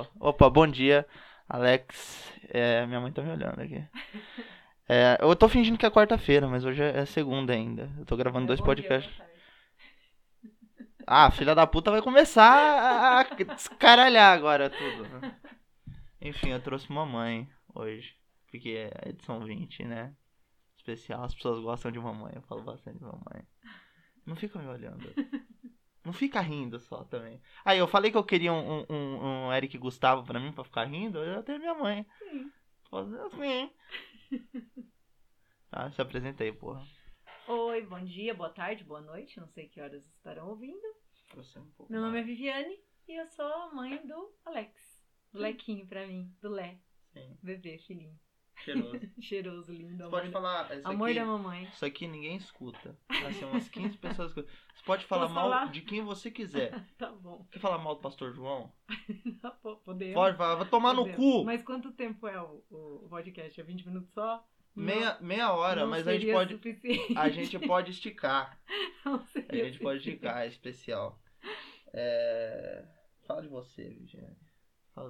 Opa, bom dia, Alex. Minha mãe tá me olhando aqui. Eu tô fingindo que é quarta-feira, mas hoje é segunda ainda. Eu tô gravando 2 podcasts. Ah, filha da puta vai começar a descaralhar agora tudo. Enfim, eu trouxe mamãe hoje, porque é a edição 20, né? Especial, as pessoas gostam de mamãe, eu falo bastante de mamãe. Não fica me olhando. Não fica rindo só também. Aí eu falei que eu queria um Eric Gustavo pra mim, pra ficar rindo, eu tenho minha mãe. Fazer assim. Ah, se apresentei, porra. Oi, bom dia, boa tarde, boa noite, não sei que horas estarão ouvindo. Meu nome é Viviane e eu sou a mãe do Alex. Do Lequinho pra mim, do Lé. Sim. Bebê, filhinho. Cheiroso. Cheiroso, lindo. Você pode falar. Amor da mamãe. Isso aqui ninguém escuta. Assim, umas 15 pessoas escutam. Você pode falar Posso mal falar? de quem você quiser. Tá bom. Quer falar mal do Pastor João? Podemos. Pode falar, vai tomar no cu. Mas quanto tempo é o podcast? É 20 minutos só? Meia hora, não mas a gente pode. Suficiente. A gente pode esticar. Não seria A gente pode esticar, é especial. Fala de você, Virginia. Fala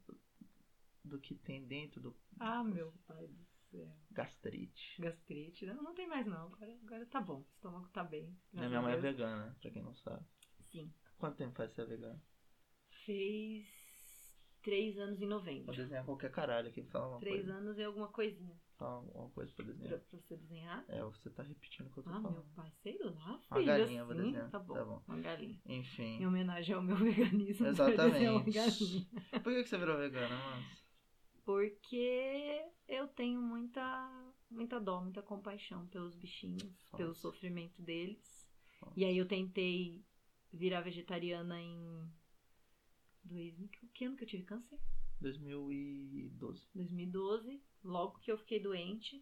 do que tem dentro do. Ah, meu pai do céu. Gastrite. Gastrite? Não tem mais não. Agora tá bom. O estômago tá bem. Minha mãe é vegana, pra quem não sabe. Sim. Quanto tempo faz ser vegana? Fez 3 anos em novembro. Vou desenhar qualquer caralho aqui pra falar uma 3 coisa. anos e alguma coisinha. Fala alguma coisa pra desenhar. Pra você desenhar? Você tá repetindo o que eu tô falando. Meu pai, sei lá, filho. Uma galinha, assim, vou desenhar. Tá bom. Uma galinha. Enfim. Em homenagem ao meu veganismo. Exatamente. Uma galinha. Por que você virou vegana, mano? Porque eu tenho muita dó, muita compaixão pelos bichinhos, pelo sofrimento deles. E aí eu tentei virar vegetariana em... Que ano que eu tive câncer? 2012. 2012, logo que eu fiquei doente.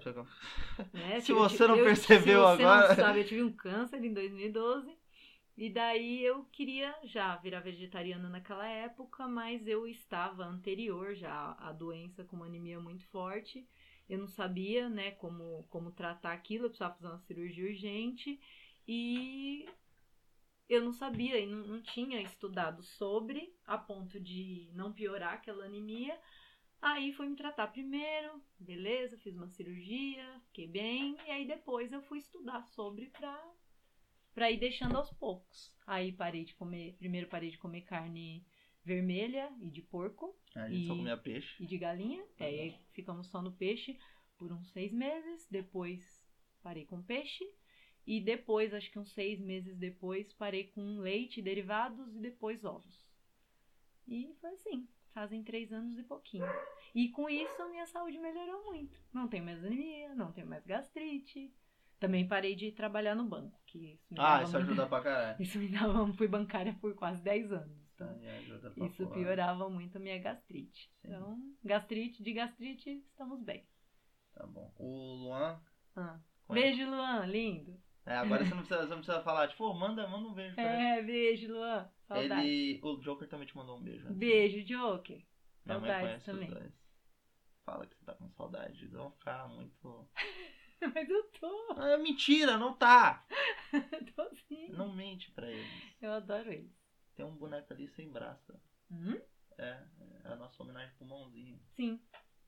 Se você não percebeu agora... Se você não sabe, eu tive um câncer em 2012. E daí eu queria já virar vegetariana naquela época, mas eu estava anterior já à doença com uma anemia muito forte. Eu não sabia, né, como tratar aquilo, eu precisava fazer uma cirurgia urgente. E eu não sabia e não tinha estudado sobre, a ponto de não piorar aquela anemia. Aí fui me tratar primeiro, beleza, fiz uma cirurgia, fiquei bem. E aí depois eu fui estudar sobre pra ir deixando aos poucos. Aí primeiro parei de comer carne vermelha e de porco. A gente só comia peixe. E de galinha. Aí ficamos só no peixe por uns 6 meses. Depois parei com peixe. E depois, acho que uns 6 meses depois, parei com leite, derivados e depois ovos. E foi assim. Fazem 3 anos e pouquinho. E com isso a minha saúde melhorou muito. Não tenho mais anemia, não tenho mais gastrite. Também parei de trabalhar no banco. Que isso ajuda pra caralho. Isso fui bancária por quase 10 anos. Então, ajuda pra isso piorava muito a minha gastrite. Sim. Então, de gastrite, estamos bem. Tá bom. O Luan... Beijo, Luan, lindo. Agora você não precisa falar, tipo, manda um beijo pra ele. Beijo, Luan. Saudade. O Joker também te mandou um beijo. Beijo, Joker. Minha mãe conhece também. os dois. Fala que você tá com saudade. Eles vão ficar muito... Mas eu tô. Mentira, não tá. Tô sim. Não mente pra eles. Eu adoro eles. Tem um boneco ali sem braço. É a nossa homenagem pro Mãozinho. Sim.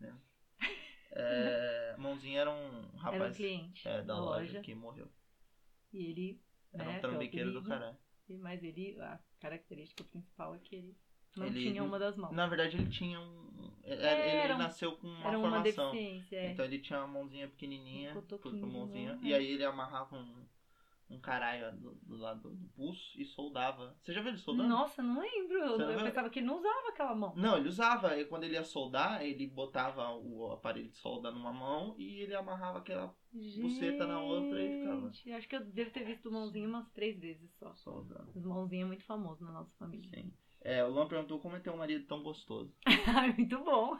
Mãozinho era um rapaz... Era um cliente da loja que morreu. E ele... Era um trambiqueiro do caralho. Mas a característica principal é que ele não tinha uma das mãos. Na verdade, ele tinha ele nasceu com uma formação. Uma deficiência, Então ele tinha uma mãozinha pequenininha, mãozinha, e aí ele amarrava um caralho do lado do pulso e soldava. Você já viu ele soldando? Nossa, não lembro. Eu pensava que ele não usava aquela mão. Não, ele usava. E quando ele ia soldar, ele botava o aparelho de solda numa mão e ele amarrava aquela buceta na outra e ficava... Acho que eu devo ter visto o Mãozinho umas 3 vezes só. Soldando. O Mãozinho é muito famoso na nossa família. Sim. O Luan perguntou como é ter um marido tão gostoso. Muito bom.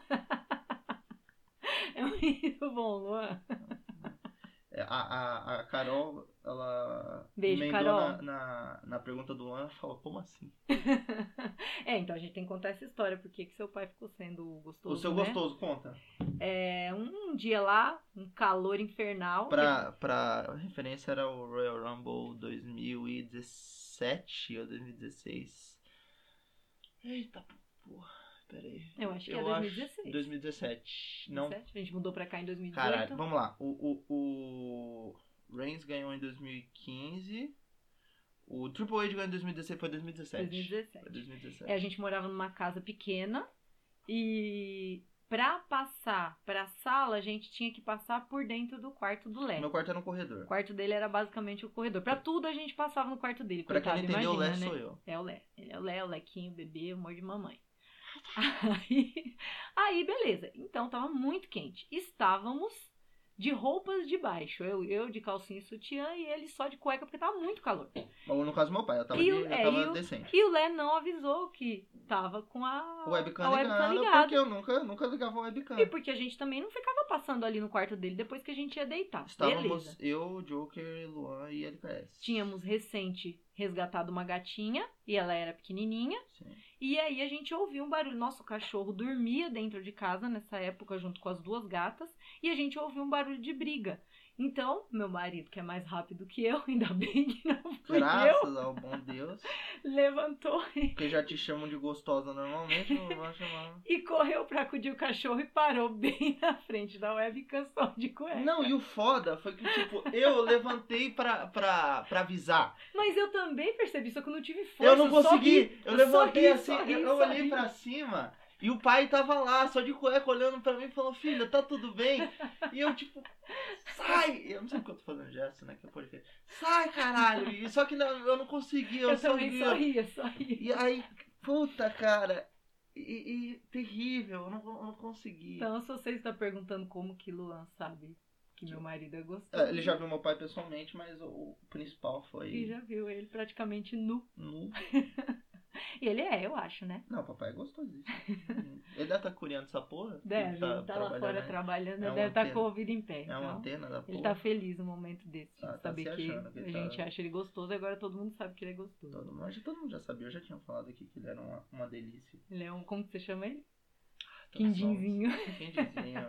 É muito bom, Luan. A Carol, ela Beijo, Carol. Na pergunta do Luan, ela falou, como assim? Então a gente tem que contar essa história, porque que seu pai ficou sendo gostoso, O seu gostoso, conta. Um dia lá, um calor infernal. Pra referência, era o Royal Rumble 2017 ou 2016. Eita, porra. Eu acho que é Eu 2016. acho 2017. Não. 2017? A gente mudou pra cá em 2018. Caralho, vamos lá. O Reigns ganhou em 2015. O Triple H ganhou em 2016, foi 2017. 2017. Foi 2017. A gente morava numa casa pequena e pra passar pra sala, a gente tinha que passar por dentro do quarto do Lé. Meu quarto era no corredor. O quarto dele era basicamente o corredor. Pra tudo a gente passava no quarto dele. Pra quem Coitado, não entendeu, o Lé imagina, sou né? eu. É o Lé. Ele é o Lé, o Lequinho, o bebê, o amor de mamãe. Aí, beleza. Então, tava muito quente. Estávamos de roupas de baixo. Eu de calcinha e sutiã e ele só de cueca, porque tava muito calor. Ou no caso, meu pai, eu tava, decente. E o Lé não avisou que tava com a Webcam ligada. Porque eu nunca ligava a webcam. E porque a gente também não ficava passando ali no quarto dele depois que a gente ia deitar. Estávamos Beleza. eu, Joker, Luan e LKS. Tínhamos recente resgatado uma gatinha e ela era pequenininha. Sim. E aí a gente ouviu um barulho. Nosso cachorro dormia dentro de casa nessa época junto com as duas gatas. E a gente ouviu um barulho de briga. Então, meu marido, que é mais rápido que eu, ainda bem que não fui Graças ao bom Deus. levantou Porque já te chamam de gostosa normalmente, não vou chamar. e correu pra acudir o cachorro e parou bem na frente da webcam só de cueca. Não, e o foda foi que, tipo, eu levantei pra avisar. Mas eu também percebi, só que eu não tive força. Eu não consegui. Eu levantei só assim, ri, eu só olhei ri. pra cima e o pai tava lá, só de cueca, olhando pra mim e falou, filha, tá tudo bem? E eu, tipo, sai! Eu não sei porque eu tô fazendo gesto, né? Que pode ver. Sai, caralho! E só que não, eu não consegui, eu só também só ria. E aí, puta, cara, e terrível, eu não consegui. Então, se você está perguntando como que Luan sabe que meu marido é gostoso. Ele já viu meu pai pessoalmente, mas o principal foi... E já viu ele praticamente nu. Nu. E ele eu acho, né? Não, papai é gostosíssimo. Ele deve estar curiando essa porra. Deve, Ele ele tá lá fora né? trabalhando, É uma deve estar antena. com o ouvido em pé. É Então, uma antena da porra. ele tá feliz no momento desse, de Tá saber se que achando que a ele gente tá- acha ele gostoso e agora todo mundo sabe que ele é gostoso. Todo mundo já sabia, eu já tinha falado aqui que ele era uma delícia. Ele é como que você chama ele? Então, Quindinzinho. Quindinzinho.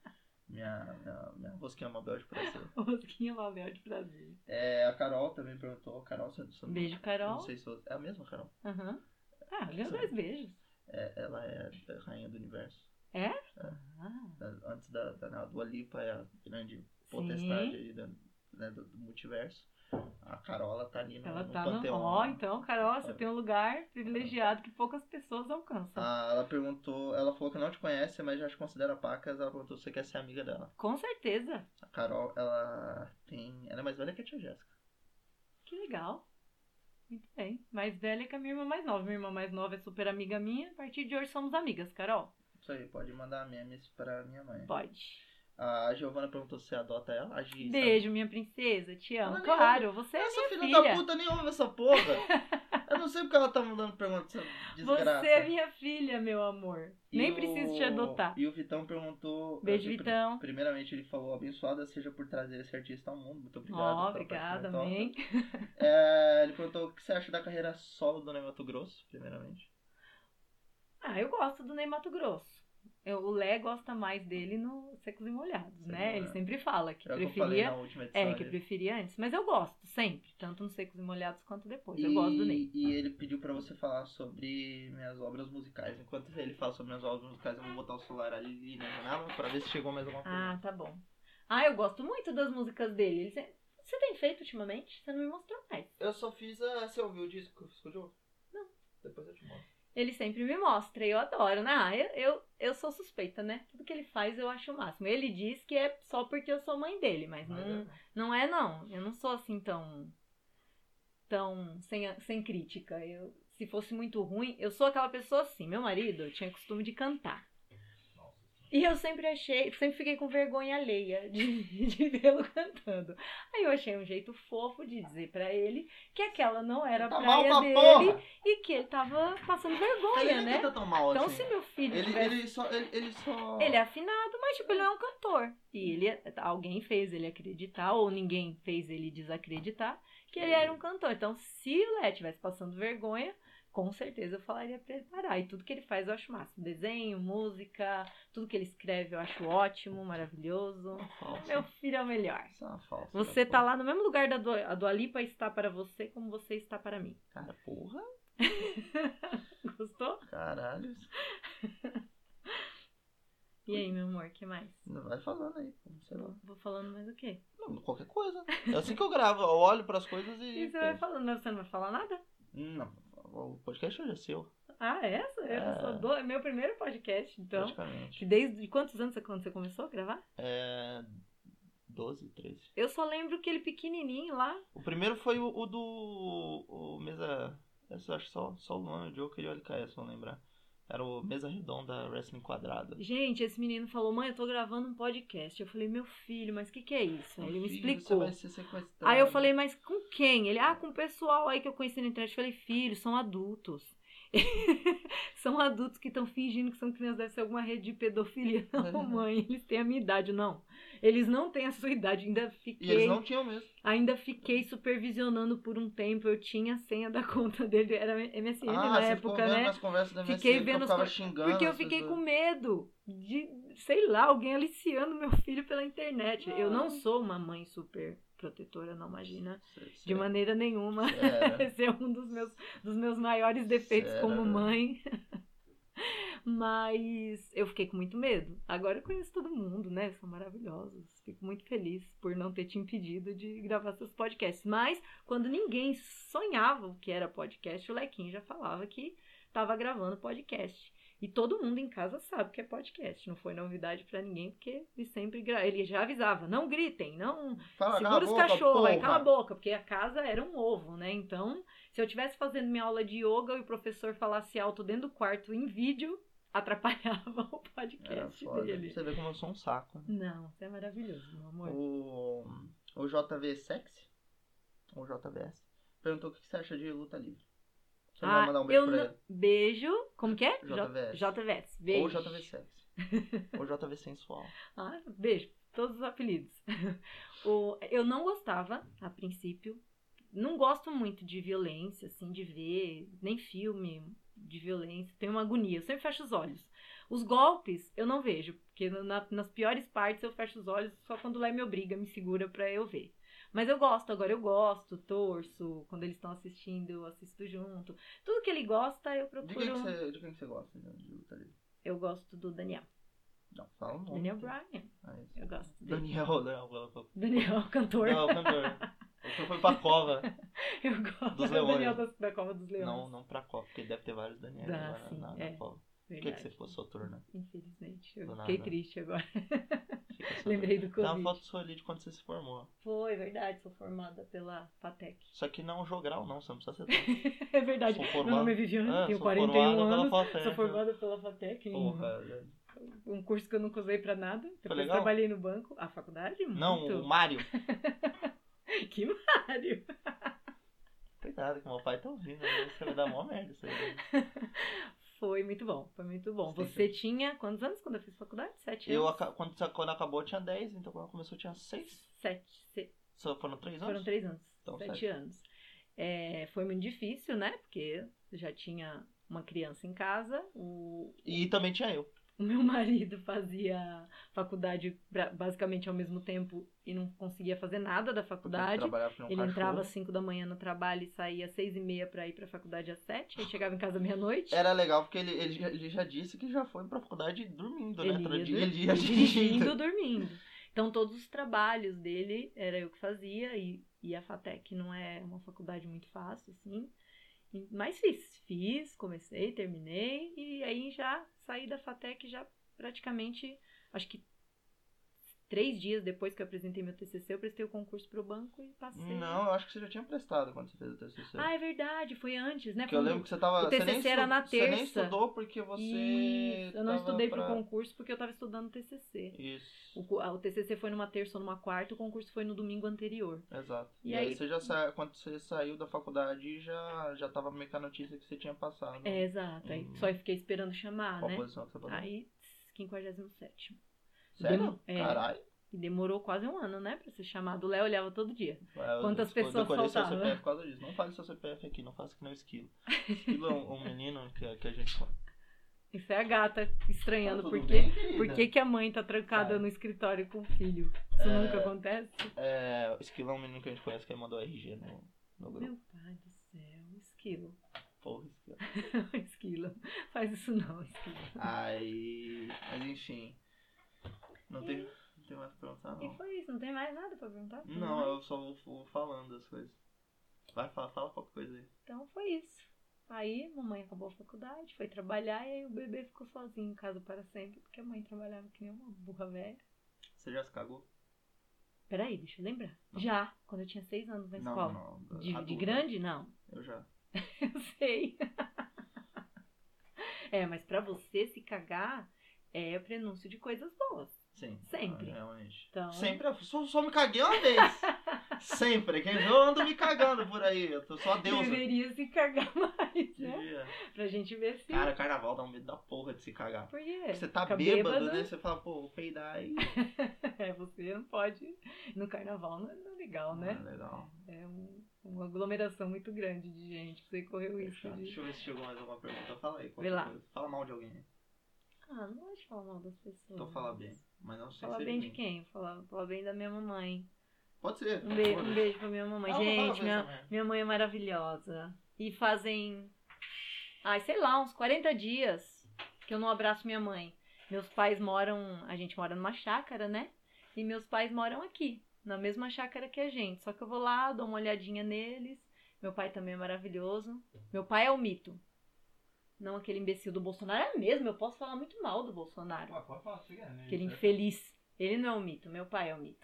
Minha rosquinha Mabel de prazer. Rosquinha Mabel de prazer. A Carol também perguntou. Carol, você não... Beijo, Carol. Não sei se você... É a mesma Carol. Aham. Ah, ganhou Sim. 2 beijos. Ela é a rainha do universo. É? É. Ah, Antes da Dua Lipa é a grande potestade aí do multiverso. A Carol, ela tá ali no tá panteão. Ó, então, Carol, você tem um lugar privilegiado que poucas pessoas alcançam. Ela perguntou, ela falou que não te conhece, mas já te considera pacas. Ela perguntou se você quer ser amiga dela. Com certeza. A Carol, ela é mais velha que a tia Jéssica. Que legal. Muito bem. Mais velha que a minha irmã mais nova. Minha irmã mais nova é super amiga minha. A partir de hoje somos amigas, Carol. Isso aí, pode mandar memes pra minha mãe. Pode. A Giovana perguntou se você adota ela. A Gi, Beijo, minha princesa. Te amo. Ela nem Claro, você é essa minha filha filha. da puta nem ouve essa porra. Eu não sei porque ela tá mandando pergunta, essa desgraça. Você é minha filha, meu amor. E Nem preciso te adotar. E o Vitão perguntou... Beijo, Vitão. Primeiramente ele falou, abençoada seja por trazer esse artista ao mundo. Muito obrigado. Ó, pela obrigada, participação. amém. Ele perguntou o que você acha da carreira solo do Ney Matogrosso, primeiramente. Eu gosto do Ney Matogrosso. O Lé gosta mais dele no Secos e Molhados, né? Ele sempre fala que É o que eu falei preferia... na última edição. que preferia antes. Mas eu gosto, sempre. Tanto no Secos e Molhados quanto depois. Eu gosto do Ney. E ele pediu pra você falar sobre minhas obras musicais. Enquanto ele fala sobre minhas obras musicais, eu vou botar o celular ali na janela pra ver se chegou mais alguma coisa. Tá bom. Eu gosto muito das músicas dele. Você tem feito ultimamente? Você não me mostrou mais. Eu só fiz Você ouviu o disco? Escutou? Não. Depois eu te mostro. Ele sempre me mostra e eu adoro, né? Eu sou suspeita, né? Tudo que ele faz eu acho o máximo. Ele diz que é só porque eu sou mãe dele, mas não é não. Eu não sou assim tão sem crítica. Se fosse muito ruim, eu sou aquela pessoa assim. Meu marido tinha costume de cantar. E eu sempre fiquei com vergonha alheia de vê-lo cantando. Aí eu achei um jeito fofo de dizer pra ele que aquela não era a praia dele porra. e que ele tava passando vergonha, Ele né? não canta tão mal Então, assim. se meu filho Ele tivesse... só... Ele é afinado, mas tipo, ele não é um cantor. E alguém fez ele acreditar, ou ninguém fez ele desacreditar, que ele era um cantor. Então, se o Lé estivesse passando vergonha, com certeza eu falaria pra ele parar. E tudo que ele faz eu acho máximo. Desenho, música, tudo que ele escreve eu acho ótimo, maravilhoso. Meu filho é o melhor. Isso é uma falsa. Você tá lá no mesmo lugar a Dua Lipa está para você como você está para mim. Cara, porra. Gostou? Caralho. E aí, meu amor, o que mais? Vai falando aí, sei lá. Vou falando mais o quê? Não, qualquer coisa. É assim que eu gravo, eu olho pras coisas E você vai falando, mas você não vai falar nada? Não, o podcast hoje é seu. Ah, essa? É meu primeiro podcast, então. Praticamente. Que desde quantos anos quando você começou a gravar? 12, 13. Eu só lembro aquele pequenininho lá. O primeiro foi o do... O Mesa... Eu acho só o nome, o Joker e o LKS, vão lembrar. Era o Mesa Redonda Wrestling Quadrado. Gente, esse menino falou, mãe, eu tô gravando um podcast. Eu falei, meu filho, mas o que é isso? Aí ele me Filho, explicou. Você vai ser sequestrado. Aí eu falei, mas com quem? Ele, com o pessoal aí que eu conheci na internet. Eu falei, filho, são adultos. São adultos que estão fingindo que são crianças, deve ser alguma rede de pedofilia. Não, mãe, eles têm a minha idade, não. Eles não têm a sua idade, ainda fiquei... E eles não tinham mesmo. Ainda fiquei supervisionando por um tempo, eu tinha a senha da conta dele, era MSN na época, né? Nas conversas da Fiquei MSN, vendo eu ficava xingando. porque eu fiquei com medo de, sei lá, alguém aliciando meu filho pela internet. Eu não sou uma mãe super protetora, não, imagina. De maneira nenhuma. Esse é um dos meus maiores defeitos como mãe. Mas eu fiquei com muito medo. Agora eu conheço todo mundo, né? São maravilhosos. Fico muito feliz por não ter te impedido de gravar seus podcasts. Mas quando ninguém sonhava o que era podcast, o Lequinho já falava que estava gravando podcast. E todo mundo em casa sabe que é podcast. Não foi novidade pra ninguém, porque ele já avisava, não gritem, não segura os cachorros, aí cala a boca, porque a casa era um ovo, né? Então, se eu estivesse fazendo minha aula de yoga e o professor falasse alto dentro do quarto em vídeo, atrapalhava o podcast dele. Você vê como eu sou um saco. Né? Não, você é maravilhoso, meu amor. O JV Sexy, ou JVS, perguntou o que você acha de luta livre. Você vai mandar um beijo pra ele. Beijo. Como que é? JVS. JVS. Beijo. Ou JV Sexy. Ou JV Sensual. Beijo. Todos os apelidos. Eu não gostava, a princípio. Não gosto muito de violência, assim, de ver, nem filme de violência. Tenho uma agonia. Eu sempre fecho os olhos. Os golpes, eu não vejo. Porque nas piores partes eu fecho os olhos só quando o Lé me obriga, me segura pra eu ver. Mas eu gosto, torço. Quando eles estão assistindo, eu assisto junto. Tudo que ele gosta, eu procuro... De quem você gosta de luta livre? Eu gosto do Daniel. Não, fala o nome. Daniel Bryan. Eu gosto dele. Daniel, cantor. Não, cantor. Você foi pra cova. Eu gosto dos do Daniel da Cova dos Leões. Não pra cova, porque deve ter vários Daniel na cova. Por que você ficou soturna? Infelizmente. Eu fiquei triste agora. Lembrei do Covid. Tem uma foto sua ali de quando você se formou. Foi, verdade. Sou formada pela FATEC. Só que não jogral, não. Você não precisa ser É verdade. Meu nome é Viviane, tenho 41 anos. Sou formada pela FATEC. Porra, um curso que eu nunca usei pra nada. Depois legal? Trabalhei no banco. A faculdade? Muito. Não, o Mário. Que Mário? Cuidado, que meu pai tá ouvindo. Você vai dar mó merda isso aí. Foi muito bom. Você tinha quantos anos quando eu fiz faculdade? 7 anos? Quando acabou eu tinha 10, então quando começou eu tinha 6. 7. Só foram 3 anos? Foram 3 anos. Então, 7 anos. Foi muito difícil, né? Porque já tinha uma criança em casa. E também tinha eu. O meu marido fazia faculdade basicamente ao mesmo tempo e não conseguia fazer nada da faculdade. Ele entrava às 5 da manhã no trabalho e saía às 6h30 pra ir pra faculdade às 7. Aí chegava em casa meia-noite. Era legal porque ele já disse que já foi pra faculdade dormindo, né? Ele ia dirigindo, dormindo. Então todos os trabalhos dele era eu que fazia e a FATEC não é uma faculdade muito fácil, assim. Mas fiz, comecei, terminei e aí já saí da FATEC já praticamente, acho que 3 dias depois que eu apresentei meu TCC, eu prestei o concurso pro banco e passei. Não, eu acho que você já tinha prestado quando você fez o TCC. É verdade, foi antes, né? Porque eu lembro que você tava... O TCC era na terça. Você nem estudou porque você... Isso, eu não estudei pro concurso porque eu tava estudando o TCC. Isso. O TCC foi numa terça ou numa quarta, o concurso foi no domingo anterior. Exato. E aí você já quando você saiu da faculdade, já tava meio com a notícia que você tinha passado. Exato. Aí só fiquei esperando chamar, Qual né? Qual posição que você passou? Aí, 57º. Sério? Caralho. E demorou quase um ano, né? Pra ser chamado. O Léo olhava todo dia. Quantas pessoas faltavam? Eu decorei seu faltavam? CPF por causa disso. Não fale seu CPF aqui, não faça que nem o Esquilo. Esquilo é um menino que a gente... Isso é a gata estranhando por que a mãe tá trancada no escritório com o filho. Isso nunca acontece? O Esquilo é um menino que a gente conhece que mandou RG no grupo. Meu pai do céu, Esquilo. Porra, Esquilo. Esquilo. Faz isso não, Esquilo. Mas enfim. Não tem mais pra perguntar, E não. foi isso, não tem mais nada pra perguntar? Não, eu só vou falando as coisas. Vai, fala qualquer coisa aí. Então foi isso. Aí, mamãe acabou a faculdade, foi trabalhar e aí o bebê ficou sozinho em casa para sempre, porque a mãe trabalhava que nem uma burra velha. Você já se cagou? Peraí, deixa eu lembrar. Não. Já, quando eu tinha 6 anos na escola. Não. De Adulto. grande, não. Eu já. Eu sei. Mas pra você se cagar, é prenúncio de coisas boas. Sim. Sempre. Realmente. Então... Sempre. Eu só me caguei uma vez. Sempre. Quem vê eu ando me cagando por aí. Eu tô só a deusa. Deveria se cagar mais, né? Devia. Pra gente ver se... Cara, carnaval dá um medo da porra de se cagar. Por quê? Porque você tá Fica bêbado, né? Você fala, pô, vou peidar e... Você não pode... No carnaval não é legal, né? Não é legal. É uma aglomeração muito grande de gente. Você correu risco de... Deixa eu ver se chegou mais alguma pergunta. Fala aí. Vê lá. Coisa. Fala mal de alguém. Não gosto de falar mal das pessoas. Então fala bem. Mas não sei Falar se bem de quem? Falar bem da minha mamãe. Pode ser. Um beijo pra minha mamãe. Gente, minha... minha mãe é maravilhosa. E fazem... sei lá, uns 40 dias que eu não abraço minha mãe. Meus pais moram... A gente mora numa chácara, né? E meus pais moram aqui, na mesma chácara que a gente. Só que eu vou lá, dou uma olhadinha neles. Meu pai também é maravilhoso. Meu pai é o mito. Não aquele imbecil do Bolsonaro. É mesmo, eu posso falar muito mal do Bolsonaro. Pode falar, você né? Aquele infeliz. Ele não é o mito, meu pai é o mito.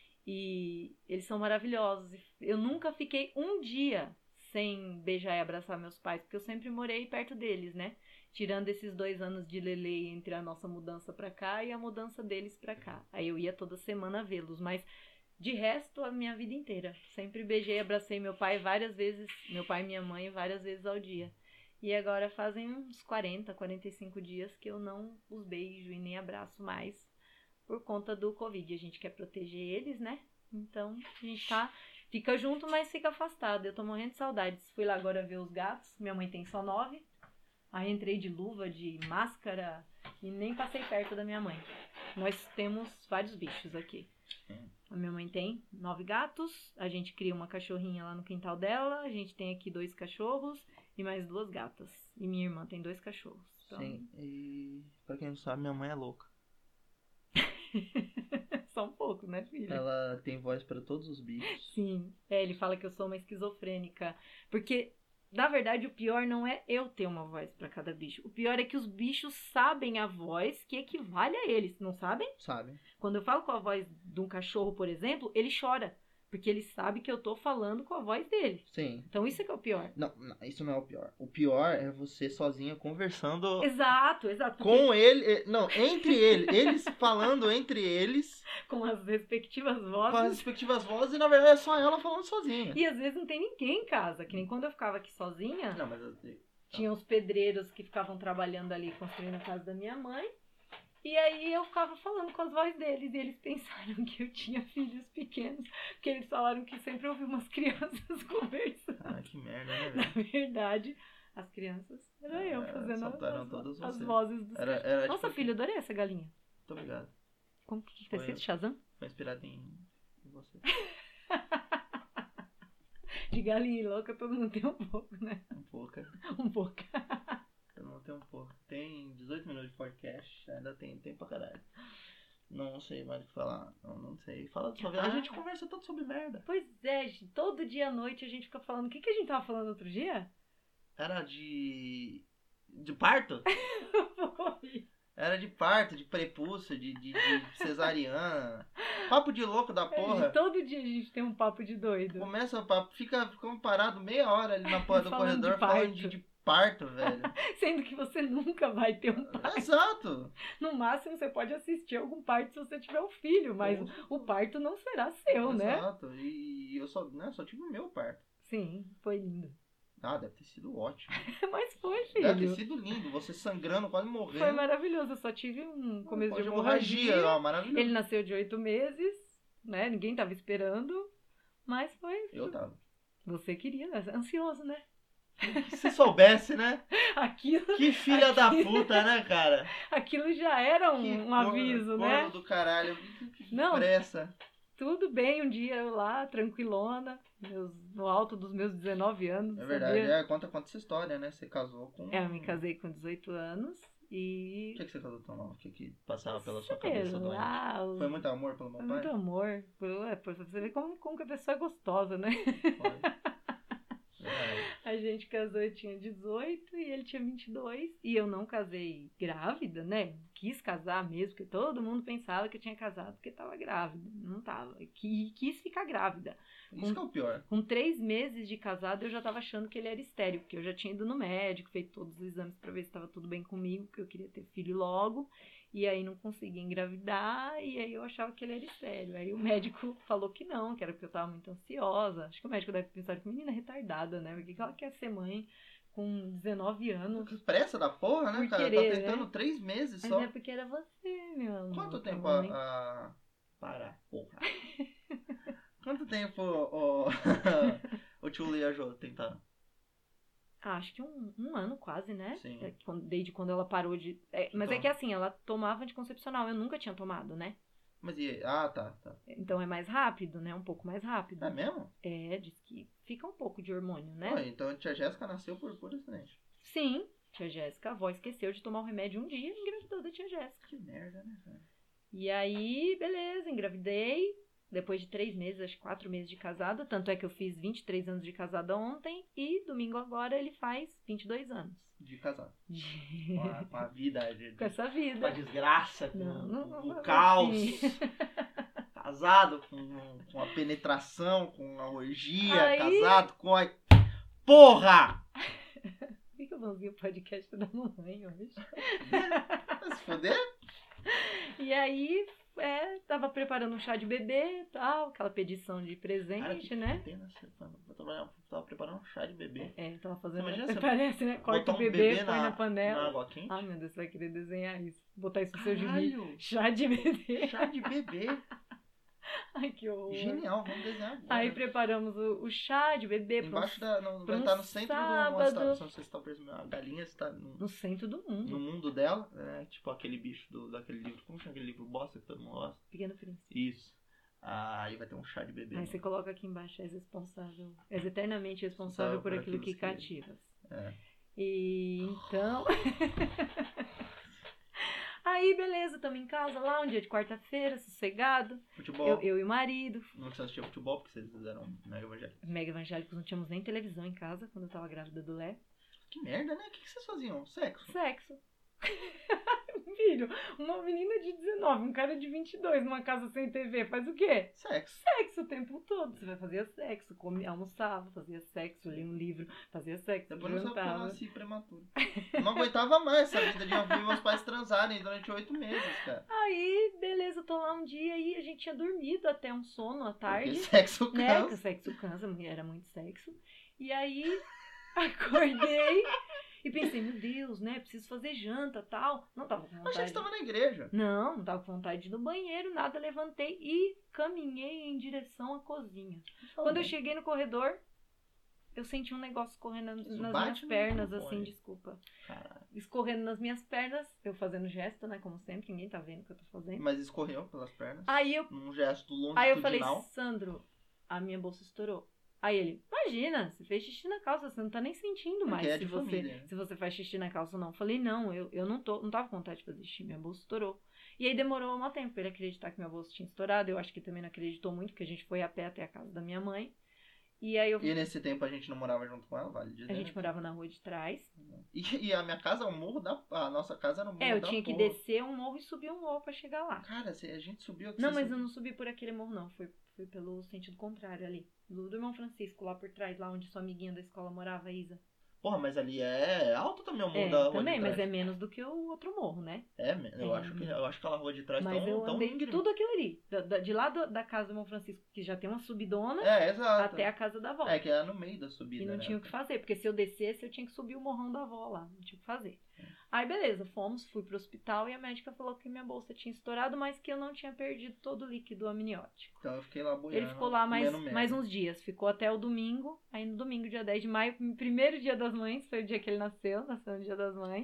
E eles são maravilhosos. Eu nunca fiquei um dia sem beijar e abraçar meus pais, porque eu sempre morei perto deles, né? Tirando esses 2 anos de lelei entre a nossa mudança pra cá e a mudança deles pra cá. Aí eu ia toda semana vê-los, mas de resto, a minha vida inteira. Sempre beijei e abracei meu pai várias vezes, meu pai e minha mãe várias vezes ao dia. E agora fazem uns 40, 45 dias que eu não os beijo e nem abraço mais por conta do Covid. A gente quer proteger eles, né? Então, a gente fica junto, mas fica afastado. Eu tô morrendo de saudades. Fui lá agora ver os gatos. Minha mãe tem só 9. Aí entrei de luva, de máscara e nem passei perto da minha mãe. Nós temos vários bichos aqui. A minha mãe tem 9 gatos. A gente cria uma cachorrinha lá no quintal dela. A gente tem aqui 2 cachorros e mais 2 gatas. E minha irmã tem 2 cachorros. Então... Sim, e pra quem não sabe, minha mãe é louca. Só um pouco, né, filha? Ela tem voz pra todos os bichos. Sim, ele fala que eu sou uma esquizofrênica. Porque, na verdade, o pior não é eu ter uma voz pra cada bicho. O pior é que os bichos sabem a voz que equivale a eles, não sabem? Sabe? Quando eu falo com a voz de um cachorro, por exemplo, ele chora. Porque ele sabe que eu tô falando com a voz dele. Sim. Então isso é que é o pior. Não, isso não é o pior. O pior é você sozinha conversando Exato. com ele. Não, entre eles. Eles falando entre eles. Com as respectivas Com vozes. as respectivas vozes. E na verdade é só ela falando sozinha. E às vezes não tem ninguém em casa. Que nem quando eu ficava aqui sozinha. Não, mas... Tinha os pedreiros que ficavam trabalhando ali, construindo a casa da minha mãe. E aí eu ficava falando com as vozes deles. E eles pensaram que eu tinha filhos pequenos. Porque eles falaram que sempre ouvi umas crianças conversando. Ah, que merda, né, Na velho? verdade, as crianças era eu fazendo as vozes dos era Nossa, tipo, filho, adorei essa galinha. Muito obrigado. Como que tá Foi escrito? eu. Shazam? Foi inspirado em você. De galinha louca, todo mundo tem um pouco, né? Um pouco. Um pouco. Todo mundo tem um pouco. Tem 18 minutos de podcast. Ainda tem tempo pra caralho. Não sei mais o que falar. Não sei. Fala da sua vida. A gente conversa tanto sobre merda. Pois é, gente, todo dia à noite a gente fica falando. O que a gente tava falando outro dia? Era de parto? Foi. Era de parto, de prepúcio, de cesariana. Papo de louco da porra. Todo dia a gente tem um papo de doido. Começa o papo, ficamos parados meia hora ali na porta do Falando corredor de parto. falando de parto, velho. Sendo que você nunca vai ter um parto. Exato. No máximo você pode assistir algum parto se você tiver um filho, mas o parto não será seu, né? Exato. E eu só tive o meu parto. Sim, foi lindo. Ah, deve ter sido ótimo. Mas foi, filho. Deve ter sido lindo. Você sangrando, quase morrendo. Foi maravilhoso. Eu só tive um começo de hemorragia. hemorragia. Maravilhoso. Ele nasceu de 8 meses, né? Ninguém tava esperando. Mas foi. Eu tava. Você queria, ansioso, né? Se soubesse, né? Aquilo, Que filha da puta, né, cara? aquilo já era um aviso, né? Corno do caralho. Que Não. pressa. Tudo bem, um dia eu lá, tranquilona, no alto dos meus 19 anos. É verdade, sabia? conta essa história, né? Você casou com... Eu me casei com 18 anos E... Por que você casou tão nova? O que passava pela sua sei cabeça doente? lá, Foi muito amor pelo meu pai? muito amor. Pra você ver como que a pessoa é gostosa, né? Foi. Verdade. A gente casou, eu tinha 18 e ele tinha 22. E eu não casei grávida, né? Quis casar mesmo, porque todo mundo pensava que eu tinha casado porque tava grávida. Não tava. Quis ficar grávida. Isso que é o pior. Com 3 meses de casado, eu já tava achando que ele era estéril, porque eu já tinha ido no médico, feito todos os exames pra ver se tava tudo bem comigo, porque eu queria ter filho logo. E aí não conseguia engravidar, e aí eu achava que ele era estéril. Aí o médico falou que não, que era porque eu tava muito ansiosa. Acho que o médico deve pensar que menina retardada, né? Porque ela quer ser mãe com 19 anos. Que pressa da porra, né, Por cara? querer, Tá tentando né? 3 meses Mas só. é porque era você, meu amor. Quanto tempo mãe. Para, porra. Quanto tempo o tio Lee e a Jo tentaram? Acho que um ano quase, né? Sim. Desde quando ela parou de... mas é que assim, ela tomava anticoncepcional. Eu nunca tinha tomado, né? Mas e... Ah, tá. Então é mais rápido, né? Um pouco mais rápido. É mesmo? Diz que fica um pouco de hormônio, né? Pô, então a tia Jéssica nasceu por acidente. Sim, tia Jéssica, a avó esqueceu de tomar o remédio um dia e engravidou da tia Jéssica. Que merda, né, cara? E aí, beleza, engravidei. Depois de 3 meses, acho que 4 meses de casada. Tanto é que eu fiz 23 anos de casada ontem. E domingo agora ele faz 22 anos. De casado. Com a vida. Com essa vida. Com a desgraça, com Não, o caos. assim. Casado com a penetração, com a orgia. Aí... Casado com a... Porra! Por que o Vãozinho Podcast tá dando banho hoje? Vai se foder? E aí... tava preparando um chá de bebê e tal, aquela pedição de presente, Cara, que né? pena, tava preparando um chá de bebê. Tava fazendo. Imagina você Parece, né? Corta o bebê, põe na panela. Na água quente. Ah, meu Deus, você vai querer desenhar isso. Botar isso no seu gibi. Caralho! Chá de bebê. Chá de bebê. Ai, que horror. Genial, vamos desenhar agora. Aí preparamos o chá de bebê. Embaixo vai estar no centro sábado. do... Não sei se você tá percebendo. A galinha está no centro do mundo. No mundo dela. Tipo aquele bicho daquele livro. Como chama aquele livro bosta que todo mundo gosta? Pequeno Príncipe. Isso. Aí vai ter um chá de bebê. Aí você coloca aqui embaixo, és responsável. És eternamente responsável por aquilo que cativas. E então... Aí, beleza, estamos em casa lá, um dia de quarta-feira, sossegado. Futebol. Eu e o marido. Não precisa assistir futebol, porque vocês eram mega evangélicos. Mega evangélicos, não tínhamos nem televisão em casa quando eu tava grávida do Lé. Que merda, né? O que vocês faziam? Sexo? Filho, uma menina de 19, um cara de 22 numa casa sem TV, faz o quê? Sexo. Sexo o tempo todo. Você vai fazer sexo, almoçava, fazia sexo, lia um livro, fazia sexo, depois não jantava. sabe que eu nasci prematuro. Eu não aguentava mais essa vida de ouvir meus pais transarem durante 8 meses, cara. Aí, beleza, tô lá um dia e a gente tinha dormido até um sono à tarde. Porque sexo cansa. Né? Porque sexo cansa, era muito sexo. E aí, acordei e pensei, meu Deus, né? Preciso fazer janta e tal. Não tava com vontade. Achei que você tava na igreja. Não tava com vontade de ir no banheiro, nada. Levantei e caminhei em direção à cozinha. Quando eu cheguei no corredor, eu senti um negócio correndo nas minhas pernas, assim, desculpa. Caralho. Escorrendo nas minhas pernas, eu fazendo gesto, né? Como sempre, ninguém tá vendo o que eu tô fazendo. Mas escorreu pelas pernas. Aí eu... Num gesto longitudinal. Aí eu falei, Sandro, a minha bolsa estourou. Aí ele, imagina, você fez xixi na calça, você não tá nem sentindo mais se você faz xixi na calça ou não. Eu falei, não, eu não tava com vontade de fazer xixi, minha bolsa estourou. E aí demorou um tempo pra ele acreditar que minha bolsa tinha estourado. Eu acho que ele também não acreditou muito, porque a gente foi a pé até a casa da minha mãe. E nesse tempo a gente não morava junto com ela, vale dizer? A gente morava na rua de trás. E a minha casa, a nossa casa era um morro da eu tinha que descer um morro e subir um morro pra chegar lá. Cara, a gente subiu... Não, mas eu não subi por aquele morro, não. Foi pelo sentido contrário ali. Do irmão Francisco, lá por trás, lá onde sua amiguinha da escola morava, a Isa. Porra, mas ali é alto também o morro da rua também, de trás. mas é menos do que o outro morro, né? Eu acho que aquela rua de trás mas eu andei íngreme. Tudo aquilo ali. De lá da casa do irmão Francisco, que já tem uma subidona, exato. até a casa da avó. Que era no meio da subida. E não tinha o que fazer, porque se eu descesse, eu tinha que subir o morrão da avó lá. Não tinha o que fazer. Aí, beleza, fui pro hospital e a médica falou que minha bolsa tinha estourado, mas que eu não tinha perdido todo o líquido amniótico. Então eu fiquei lá boiando. Ele ficou lá mais uns dias. Ficou até o domingo. Aí no domingo, dia 10 de maio, primeiro dia das mães, foi o dia que ele nasceu no dia das mães.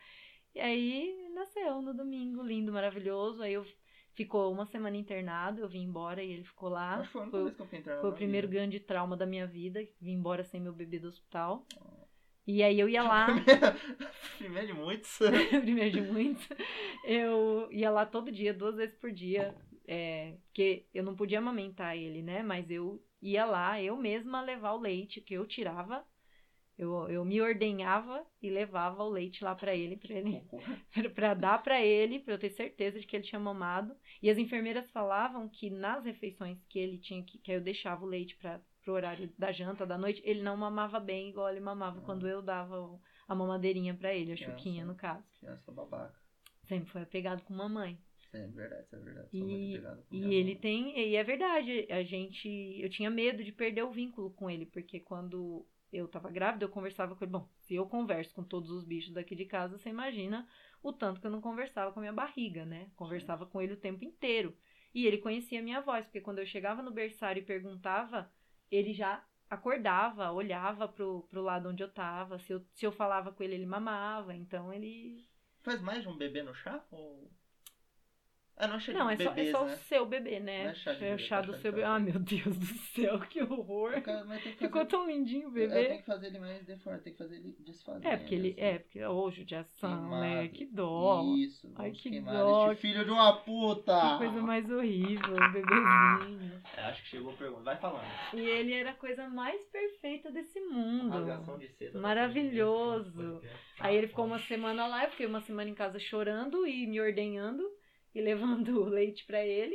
E aí nasceu no domingo, lindo, maravilhoso. Aí ficou uma semana internado, eu vim embora e ele ficou lá. Acho que foi a única vez que eu fiquei internado. Foi o primeiro grande trauma da minha vida, vim embora sem meu bebê do hospital. E aí eu ia lá... Primeiro de muitos. Primeiro de muitos. Eu ia lá todo dia, 2 vezes por dia. Porque eu não podia amamentar ele, né? Mas eu ia lá, eu mesma levar o leite que eu tirava. Eu me ordenhava e levava o leite lá pra ele, pra dar pra ele, pra eu ter certeza de que ele tinha mamado. E as enfermeiras falavam que nas refeições que ele tinha que eu deixava o leite pro horário da janta, da noite, ele não mamava bem igual ele mamava quando eu dava a mamadeirinha pra ele, a chuquinha no caso. Criança babaca. Sempre foi apegado com mamãe. Sim, é verdade. Sou muito apegado com E é verdade, eu tinha medo de perder o vínculo com ele, porque quando eu tava grávida, eu conversava com ele. Bom, se eu converso com todos os bichos daqui de casa, você imagina o tanto que eu não conversava com a minha barriga, né? Conversava com ele o tempo inteiro. E ele conhecia a minha voz, porque quando eu chegava no berçário e perguntava, ele já acordava, olhava pro lado onde eu tava. Se eu falava com ele, ele mamava. Então ele... Faz mais de um bebê no chá? Ou... não é chá Não, de bebês, é só né? o seu bebê, né? Não é chá de É o bebê, chá do seu bebê. Ah, meu Deus do céu, que horror. Mas tem que Ficou tão lindinho o bebê. Tem que fazer ele mais deformado, tem que fazer ele desfazer. Porque judiação, queimado. né? Que dó. Isso, Ai, que queimado. dó. Este filho de uma puta! Que coisa mais horrível, o bebezinho. Acho que chegou a pergunta. Vai falando. E ele era a coisa mais perfeita desse mundo. Rasgação de seda. Maravilhoso. Aí ele ficou uma semana lá, eu fiquei uma semana em casa chorando e me ordenhando e levando leite pra ele.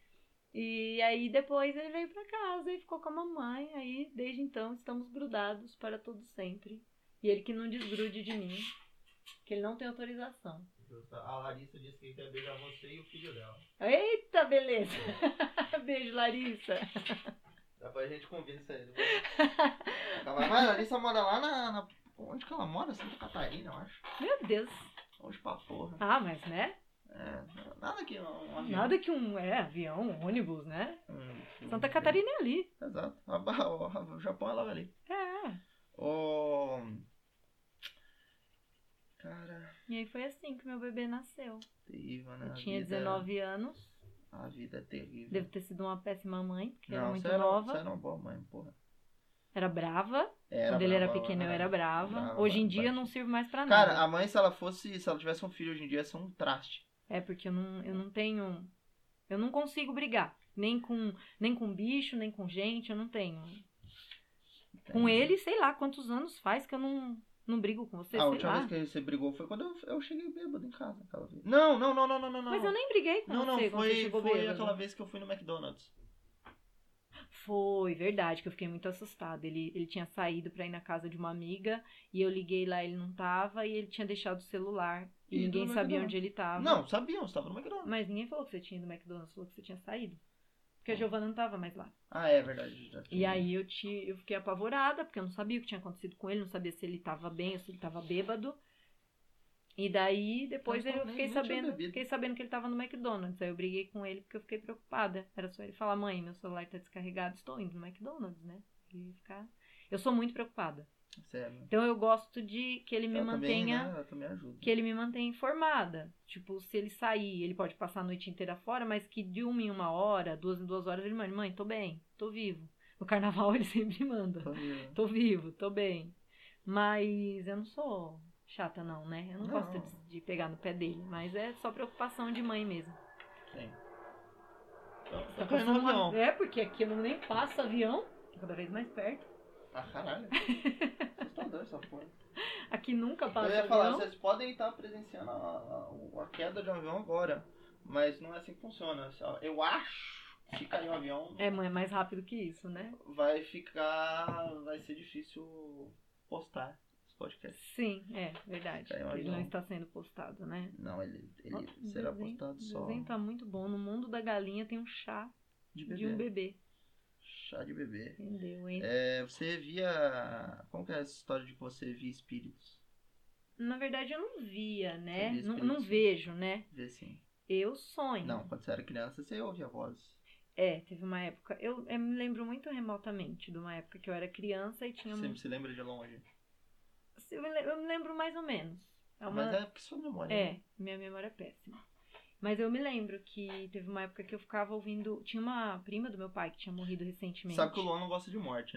E aí depois ele veio pra casa e ficou com a mamãe. Aí desde então estamos grudados para todo sempre. E ele que não desgrude de mim, que ele não tem autorização. A Larissa disse que quer beijar você e o filho dela. Eita, beleza. Beijo, Larissa. Depois a gente combina isso aí. Mas a Larissa mora lá na... Onde que ela mora? Santa Catarina, eu acho. Meu Deus. Longe pra porra. Ah, mas né? Nada que um avião. Nada que avião, ônibus, né? Santa Catarina é ali. Exato. O Japão é logo ali. Cara... E aí foi assim que meu bebê nasceu. Terrível, né? Eu tinha 19 anos. A vida é terrível. Devo ter sido uma péssima mãe, porque era muito nova. Você era uma boa mãe, porra. Era brava. Quando ele era pequeno eu era brava. Hoje em dia eu não sirvo mais pra nada. Cara, a mãe, se ela tivesse um filho hoje em dia, ia ser um traste. Porque eu não tenho... Eu não consigo brigar. Nem com bicho, nem com gente, eu não tenho. Com ele, sei lá quantos anos faz que eu não brigo com você, A última vez que você brigou foi quando eu cheguei bêbado em casa, aquela vez. Não. Mas eu nem briguei com você quando você chegou bêbado. Foi aquela vez que eu fui no McDonald's. Foi, verdade, que eu fiquei muito assustada. Ele tinha saído pra ir na casa de uma amiga e eu liguei lá, ele não tava e ele tinha deixado o celular. E ninguém sabia onde ele tava. Não, sabiam, você tava no McDonald's. Mas ninguém falou que você tinha ido no McDonald's, falou que você tinha saído. Porque a Giovana não tava mais lá. É verdade. E aí eu fiquei apavorada, porque eu não sabia o que tinha acontecido com ele, não sabia se ele tava bem ou se ele tava bêbado. E daí, depois eu fiquei sabendo que ele tava no McDonald's. Aí eu briguei com ele porque eu fiquei preocupada. Era só ele falar, mãe, meu celular tá descarregado, estou indo no McDonald's, né? Eu sou muito preocupada. Sério. Então eu gosto de que ele me mantenha... Também, né? Eu também ajudo. Que ele me mantenha informada. Tipo, se ele sair, ele pode passar a noite inteira fora, mas que de 1 em 1 hora, 2 em 2 horas, ele manda, mãe, tô bem, tô vivo. No carnaval ele sempre manda. Tô vivo, tô bem. Mas eu não sou chata não, né? Eu não gosto de pegar no pé dele. Mas é só preocupação de mãe mesmo. Sim. Tá passando avião. Porque aqui não nem passa avião. Tá cada vez mais perto. Caralho. Assustador essa porra. Aqui nunca passa avião. Eu ia falar, vocês podem estar presenciando a queda de um avião agora. Mas não é assim que funciona. Eu acho que cair um avião... É mais rápido que isso, né? Vai ser difícil postar esse podcast. Sim, verdade. Ele não está sendo postado, né? Não, ele será postado só... O desenho tá muito bom. No mundo da galinha tem um chá de um bebê. Chá de bebê. Entendeu, hein? Você via... Como que é essa história de que você via espíritos? Na verdade, eu não via, né? Não vejo, né? Vê sim. Eu sonho. Não, quando você era criança, você ouvia vozes. Teve uma época... Eu me lembro muito remotamente de uma época que eu era criança e tinha... Você se lembra de longe? Eu me lembro mais ou menos. Mas é porque sua memória... minha memória é péssima. Mas eu me lembro que teve uma época que eu ficava ouvindo... Tinha uma prima do meu pai que tinha morrido recentemente. Sabe que o Luan não gosta de morte, né?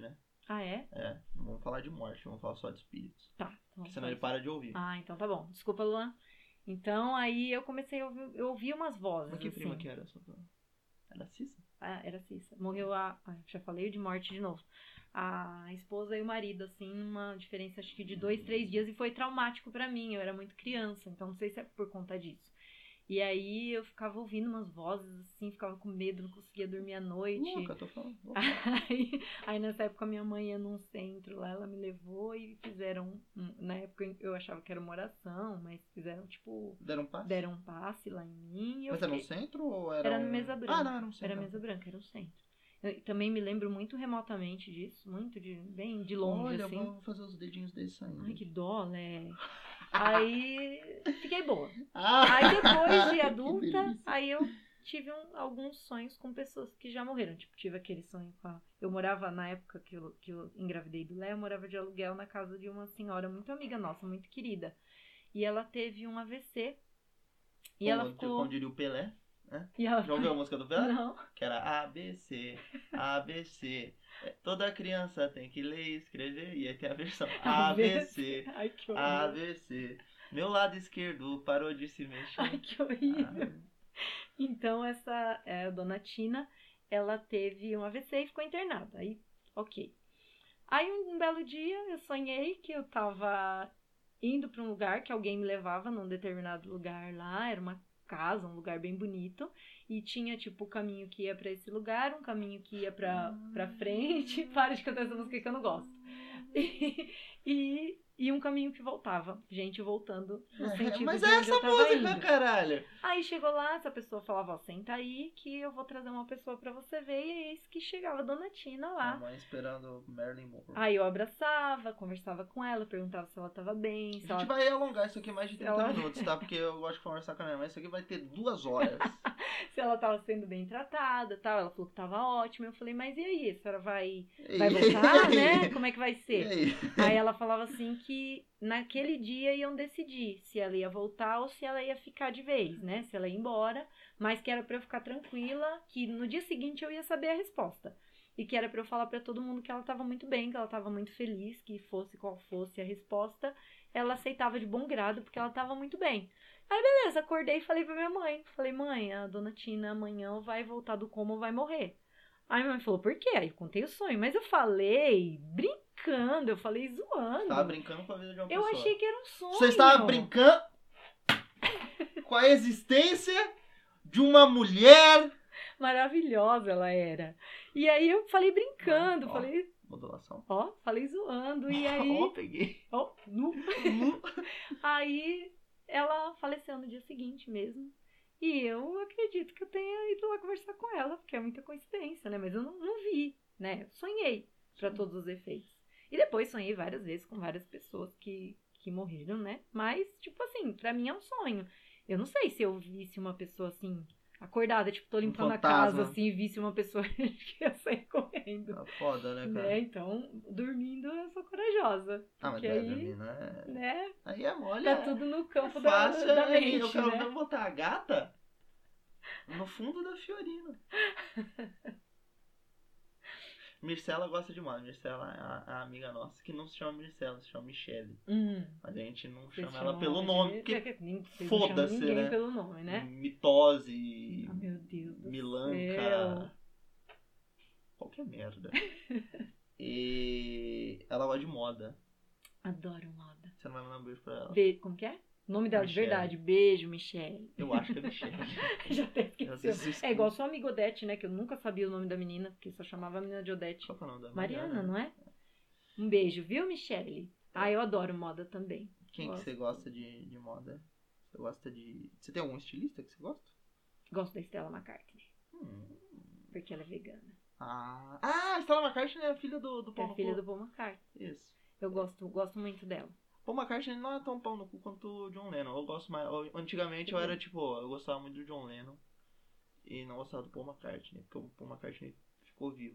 Ah, é? É, não vamos falar de morte, vamos falar só de espíritos. Tá. Então Porque senão ele para de ouvir. Ah, então tá bom. Desculpa, Luan. Então, aí eu comecei a ouvir, eu ouvi umas vozes, Mas que assim. prima que era? Era Cissa? Ah, era Cissa. Morreu já falei de morte de novo. A esposa e o marido, assim, uma diferença acho que de 2, 3 dias, e foi traumático pra mim. Eu era muito criança, então não sei se é por conta disso. E aí eu ficava ouvindo umas vozes, assim, ficava com medo, não conseguia dormir à noite. Louca, tô falando. Louca. Aí nessa época minha mãe ia num centro lá, ela me levou e fizeram, na época eu achava que era uma oração, mas fizeram tipo... Deram um passe? Deram um passe lá em mim. Mas era no centro ou era Era no Mesa Branca. Ah, não, era no centro. Era Mesa Branca, era o centro. Eu também me lembro muito remotamente disso, bem de longe, Olha, assim. vou fazer os dedinhos dele saindo. Ai, que dó, né? Aí fiquei boa. Ah, Aí depois de que adulta, delícia. aí eu tive alguns sonhos com pessoas que já morreram. Tipo, tive aquele sonho com eu morava, na época que eu engravidei do Léo, eu morava de aluguel na casa de uma senhora muito amiga nossa, muito querida. E ela teve um AVC. E ela ficou... Como diria o Pelé, né? E ela... Já ouviu a música do Pelé? Não. Que era ABC, ABC. Toda criança tem que ler e escrever. E aí tem a versão ABC, Ai, que horrível. ABC. Meu lado esquerdo parou de se mexer. Ai, que horrível. Então, essa a dona Tina, ela teve um AVC e ficou internada. Aí, ok. Aí, um belo dia, eu sonhei que eu tava indo pra um lugar, que alguém me levava num determinado lugar lá. Era uma casa, um lugar bem bonito. E tinha, tipo, o caminho que ia pra esse lugar, um caminho que ia pra frente. Para de cantar essa música que eu não gosto. E um caminho que voltava. Gente voltando no sentido Mas de é onde essa eu tava música, indo. caralho. Aí chegou lá, essa pessoa falava, ó, senta aí que eu vou trazer uma pessoa pra você ver. E eis que chegava a dona Tina lá. A mãe esperando Marilyn Monroe. Aí eu abraçava, conversava com ela, perguntava se ela tava bem. A gente vai alongar isso aqui mais de 30 minutos, tá? Porque eu gosto de conversar com a minha mãe. Isso aqui vai ter 2 horas. Se ela tava sendo bem tratada, tal. Ela falou que tava ótima. Eu falei, mas e aí? A senhora vai voltar, né? Como é que vai ser? Aí ela falava assim que naquele dia iam decidir se ela ia voltar ou se ela ia ficar de vez, né? Se ela ia embora, mas que era pra eu ficar tranquila, que no dia seguinte eu ia saber a resposta. E que era pra eu falar pra todo mundo que ela tava muito bem, que ela tava muito feliz, que fosse qual fosse a resposta, ela aceitava de bom grado, porque ela tava muito bem. Aí beleza, acordei e falei pra minha mãe. Falei, mãe, a dona Tina amanhã vai voltar do coma ou vai morrer. Aí minha mãe falou, por quê? Aí eu contei o sonho, mas eu falei brincando, eu falei zoando. Você tava brincando com a vida de uma pessoa. Eu achei que era um sonho. Você estava brincando com a existência de uma mulher. Maravilhosa ela era. E aí eu falei brincando, falei... Modulação. Ó, falei zoando, e aí... Ó, peguei. Ó, Aí ela faleceu no dia seguinte mesmo. E eu acredito que eu tenha ido lá conversar com ela, porque é muita coincidência, né? Mas eu não vi, né? Eu sonhei pra todos os efeitos. E depois sonhei várias vezes com várias pessoas que morreram, né? Mas, tipo assim, pra mim é um sonho. Eu não sei se eu visse uma pessoa assim, acordada, tipo, tô limpando a casa, assim, e visse uma pessoa que ia sair correndo. Tá foda, né, cara? Né? Então, dormindo eu sou corajosa. Mas porque aí, dormindo é... né? Aí é mole, tá tudo no campo fácil, da mente, eu quero né? botar a gata no fundo da Fiorina. Mircela gosta de moda. Mircela é a amiga nossa que não se chama Mircela, se chama Michele. Mas a gente não chama ela pelo nome, porque foda-se, né? Pelo nome, né? Mitose, meu Deus do Milanca, céu. qualquer merda. E ela gosta de moda. Adoro moda. Você não vai mandar um beijo pra ela? Como que é? O nome dela de Michele. verdade. Beijo, Michele. Eu acho que é Michele. Já até esqueceu. É igual sua amiga Odete, né? Que eu nunca sabia o nome da menina, porque só chamava a menina de Odete. Qual que é o nome da Mariana, não é? Um beijo, viu, Michele? Eu adoro moda também. Quem que você gosta de moda? Você gosta de... Você tem algum estilista que você gosta? Gosto da Stella McCartney. Porque ela é vegana. A Stella McCartney é a filha do Paul. É a filha do Paul McCartney. Isso. Eu gosto muito dela. Paul McCartney não é tão pau no cu quanto o John Lennon. Eu gosto mais... Antigamente eu era tipo... Eu gostava muito do John Lennon. E não gostava do Paul McCartney. Porque o Paul McCartney ficou vivo.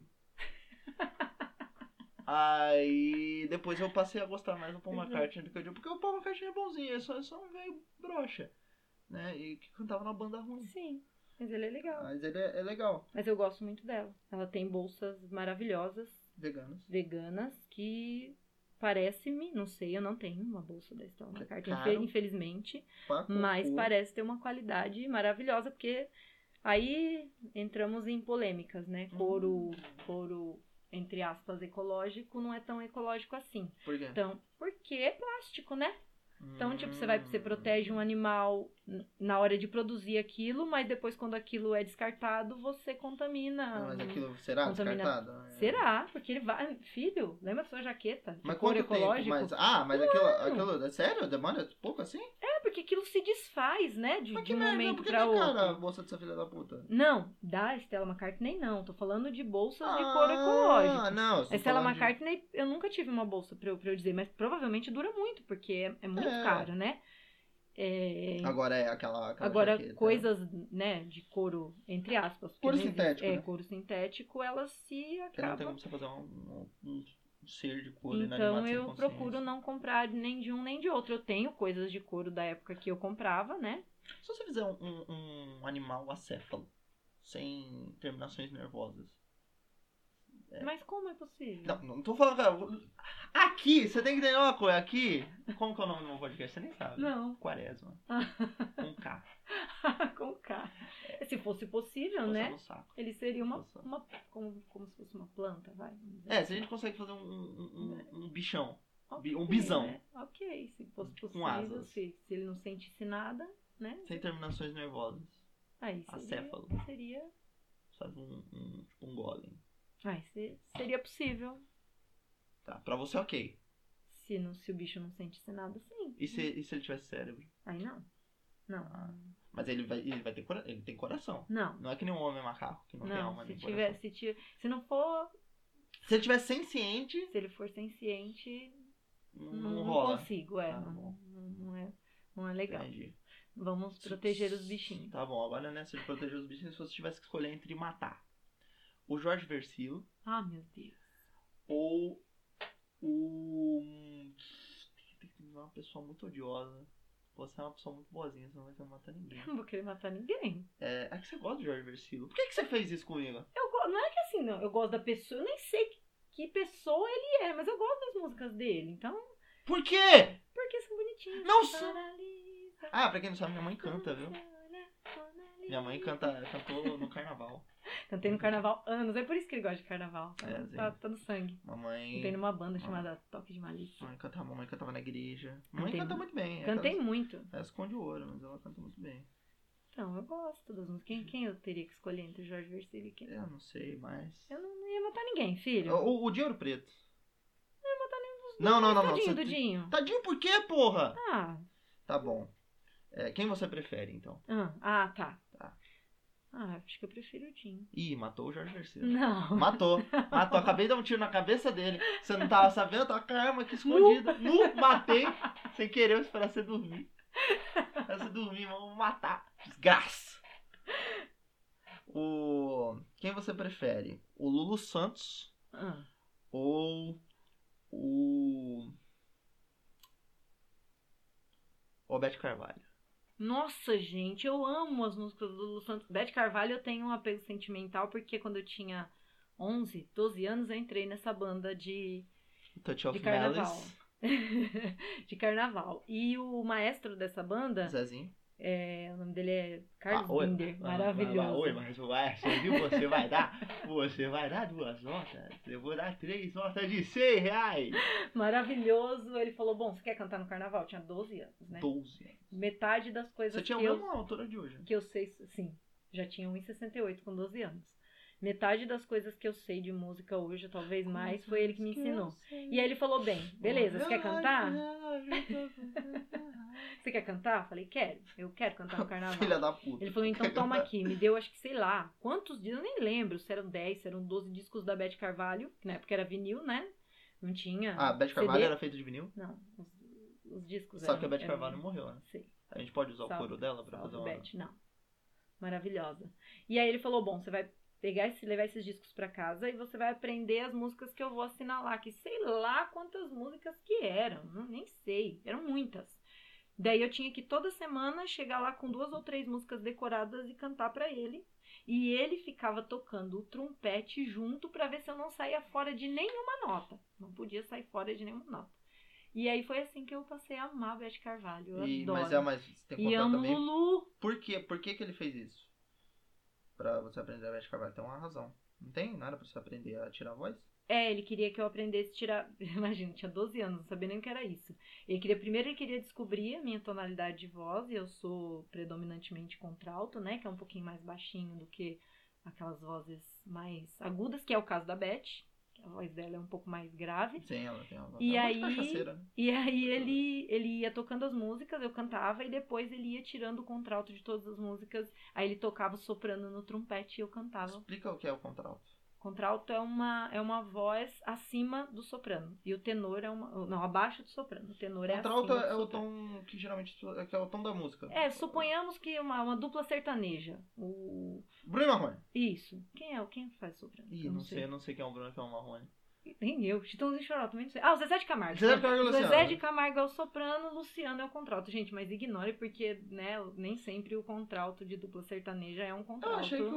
Aí depois eu passei a gostar mais do Paul McCartney do que o John. Porque o Paul McCartney é bonzinho. Ele só um velho broxa. Né? E que cantava na banda ruim. Sim. Mas ele é legal. Mas ele é legal. Mas eu gosto muito dela. Ela tem bolsas maravilhosas. veganas que parece-me, não sei, eu não tenho uma bolsa da Stella McCartney, Caro. infelizmente, Pá, mas cu. parece ter uma qualidade maravilhosa, porque aí entramos em polêmicas, né? Couro, entre aspas, ecológico não é tão ecológico assim. Por quê? Então, porque é plástico, né? Então, tipo, você protege um animal na hora de produzir aquilo, mas depois, quando aquilo é descartado, você contamina. Mas aquilo será contamina- descartado? Será? Porque ele vai... Filho, lembra da sua jaqueta? De Mas couro quanto tempo? ecológico? Mas aquilo... É sério? Demora pouco assim? É, porque aquilo se desfaz, né? Mas De que um merda, momento por que pra que é outro. cara a bolsa dessa filha da puta? Não, da Stella McCartney não. Tô falando de bolsas de couro ecológico. Ah, não. A Stella McCartney, eu nunca tive uma bolsa pra eu dizer, mas provavelmente dura muito, porque é muito caro, né? Agora é aquela Agora, jaqueta. coisas, né, de couro, entre aspas. porque Couro não existe- sintético, né? couro sintético, elas se Porque não tem acabam. como você fazer um ser de couro Então, inanimado sem eu consciência. procuro não comprar nem de um nem de outro. Eu tenho coisas de couro da época que eu comprava, né? Se você fizer um animal acéfalo, sem terminações nervosas. Mas como é possível? Não tô falando, cara. Aqui, você tem que entender uma coisa. Aqui, como que é o nome do meu podcast? Você nem sabe. Não. Quaresma. Com K. Com K. Se fosse possível, Coçar né? no saco. Ele seria Coçar. como se fosse uma planta, vai. vamos dizer Se a assim. gente consegue fazer um bichão. Ok, um bisão. né? Ok, se fosse Com possível, asas. se ele não sentisse nada, né? Sem terminações nervosas. Aí acéfalo. seria. Faz tipo um golem. Aí seria possível. Tá, pra você ok. Se o bicho não sentisse nada, sim. E se ele tivesse cérebro? Aí não. Não. Mas ele vai ter ele tem coração. Não. Não é que nem um homem macaco, que não tem alma nem coração. Se não for. Se ele tiver senciente, Se ele for senciente, não não rola. consigo, bom. não é legal. Entendi. Vamos proteger os bichinhos. Tá bom, agora nessa de proteger os bichinhos, se você tivesse que escolher entre matar o Jorge Versilo Ah, meu Deus. ou o... Tem que ser uma pessoa muito odiosa. Você é uma pessoa muito boazinha, você não vai querer matar ninguém. Não vou querer matar ninguém. É que você gosta do Jorge Versilo. Por que você fez isso comigo? Não é que assim, não. Eu gosto da pessoa. Eu nem sei que pessoa ele é, mas eu gosto das músicas dele. Então. Por quê? Porque são bonitinhas. Não são. Pra quem não sabe, minha mãe canta, viu? Minha mãe cantou no carnaval. Cantei no carnaval anos. É por isso que ele gosta de carnaval. Sim. Tá no sangue. Mamãe. Cantei numa banda chamada Toque de Malícia. Mamãe cantava na igreja. Mamãe canta muito bem. Cantei muito. Ela esconde o ouro, mas ela canta muito bem. Então, eu gosto das músicas. Quem eu teria que escolher entre o Jorge Versilo e quem? Eu não sei, mas... Eu não ia matar ninguém, filho. O Dinheiro Preto. Não ia matar nenhum dos Não. Tadinho do Dinho. Tadinho por quê, porra? Ah. Tá bom. Quem você prefere, então? Tá. Acho que eu prefiro o Dinho. Ih, matou o Jorge Versilo. Não. Matou. Acabei de dar um tiro na cabeça dele. Você não tava sabendo? Eu tava com a arma aqui escondida. Matei. Sem querer, eu esperar você dormir. Esperar você dormir, vamos matar. Desgraça. Quem você prefere? O Lulu Santos ou o Beth Carvalho? Nossa, gente, eu amo as músicas do Lulu Santos. Beth Carvalho eu tenho um apego sentimental porque quando eu tinha 11, 12 anos eu entrei nessa banda de carnaval. De carnaval. E o maestro dessa banda, Zezinho. o nome dele é Carlos Binder. Maravilhoso. Oi, mas você viu? Você vai dar 2 notas? Eu vou dar 3 notas de R$100. Maravilhoso. Ele falou, bom, você quer cantar no carnaval? Eu tinha 12 anos, né? 12 anos. Metade das coisas você tinha que uma altura de hoje. Que eu sei, sim. Já tinha 1,68 com 12 anos. Metade das coisas que eu sei de música hoje, talvez mais, foi ele que me ensinou. E aí ele falou, bem, beleza, você quer cantar? Você quer cantar? Eu falei, quero. Eu quero cantar no carnaval. Filha da puta. Ele falou, então toma aqui. Me deu, acho que, sei lá, quantos discos, eu nem lembro se eram 10, se eram 12 discos da Beth Carvalho, que na época era vinil, né? Não tinha a Beth Carvalho era feita de vinil? Não, os discos Só que a Beth Carvalho morreu, né? Sim. A gente pode usar o couro dela pra fazer uma... Beth, não. Maravilhosa. E aí ele falou, bom, você vai levar esses discos pra casa e você vai aprender as músicas que eu vou assinalar, que sei lá quantas músicas que eram, nem sei, eram muitas. Daí eu tinha que toda semana chegar lá com 2 ou 3 músicas decoradas e cantar pra ele. E ele ficava tocando o trompete junto pra ver se eu não saía fora de nenhuma nota. Não podia sair fora de nenhuma nota. E aí foi assim que eu passei a amar a Beth Carvalho. Eu adoro. Mas você tem que E contar amo também Lulu. por quê? Por que ele fez isso? Pra você aprender a Beth Carvalho. Tem uma razão. Não tem nada pra você aprender a tirar a voz? Ele queria que eu aprendesse a tirar... Imagina, eu tinha 12 anos, não sabia nem o que era isso. Primeiro ele queria descobrir a minha tonalidade de voz, e eu sou predominantemente contralto, né? Que é um pouquinho mais baixinho do que aquelas vozes mais agudas, que é o caso da Beth. A voz dela é um pouco mais grave. Sim, ela tem uma voz. E É uma aí, cachaceira, né? e aí ele ia tocando as músicas, eu cantava, e depois ele ia tirando o contralto de todas as músicas. Aí ele tocava o soprano no trompete e eu cantava. Explica o que é o contralto. Contralto é uma voz acima do soprano. E o tenor é uma... Não, abaixo do soprano. O tenor é acima do Contralto é o soprano. tom que geralmente que é o tom da música. Suponhamos que uma dupla sertaneja. Bruno Marrone. Isso. Quem faz soprano? Ih, não sei quem é o Bruno, quem é o Marrone. Nem eu. Chitãozinho e Choró, também não sei. Ah, o Zezé de Camargo. Zezé de Camargo e Luciano. Zezé de Camargo é o soprano, Luciano é o contralto. Gente, mas ignore porque, né, nem sempre o contralto de dupla sertaneja é um contralto. Eu achei que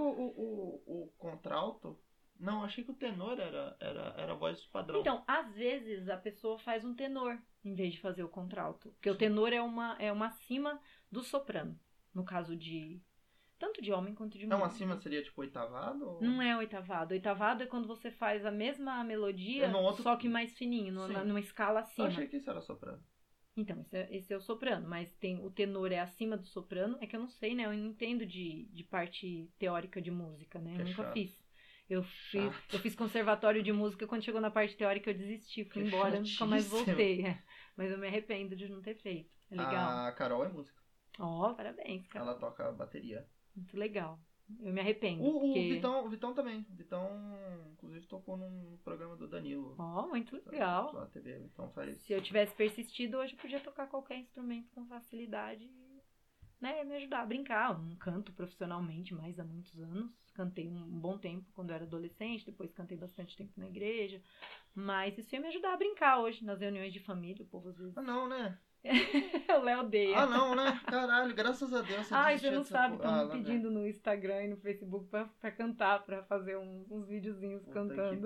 o contralto... Não, achei que o tenor era a voz padrão. Então, às vezes a pessoa faz um tenor em vez de fazer o contralto. Porque o tenor é uma acima do soprano. No caso de... Tanto de homem quanto de mulher. Não, acima seria tipo oitavado? Ou... Não é oitavado. Oitavado é quando você faz a mesma melodia, só que mais fininho, numa escala acima. Eu achei que isso era soprano. Então, esse é o soprano, mas o tenor é acima do soprano. É que eu não sei, né? Eu não entendo de parte teórica de música, né? Eu nunca fiz. Eu fiz conservatório de música, quando chegou na parte teórica eu desisti, fui embora, nunca mais voltei. Mas eu me arrependo de não ter feito. É legal. A Carol é música. Parabéns, Carol. Ela toca bateria. Muito legal. Eu me arrependo. O Vitão também. O Vitão, inclusive, tocou num programa do Danilo. Muito legal. Na TV, então faz... Se eu tivesse persistido, hoje eu podia tocar qualquer instrumento com facilidade, né? Me ajudar a brincar. Eu não canto profissionalmente mais há muitos anos. Cantei um bom tempo quando eu era adolescente, depois cantei bastante tempo na igreja. Mas isso ia me ajudar a brincar hoje, nas reuniões de família. O povo às vezes... Ah, não, né? O Léo odeia. Ah, não, né? Caralho, graças a Deus. Você não sabe, estão me pedindo no Instagram e no Facebook pra cantar, pra fazer uns videozinhos cantando.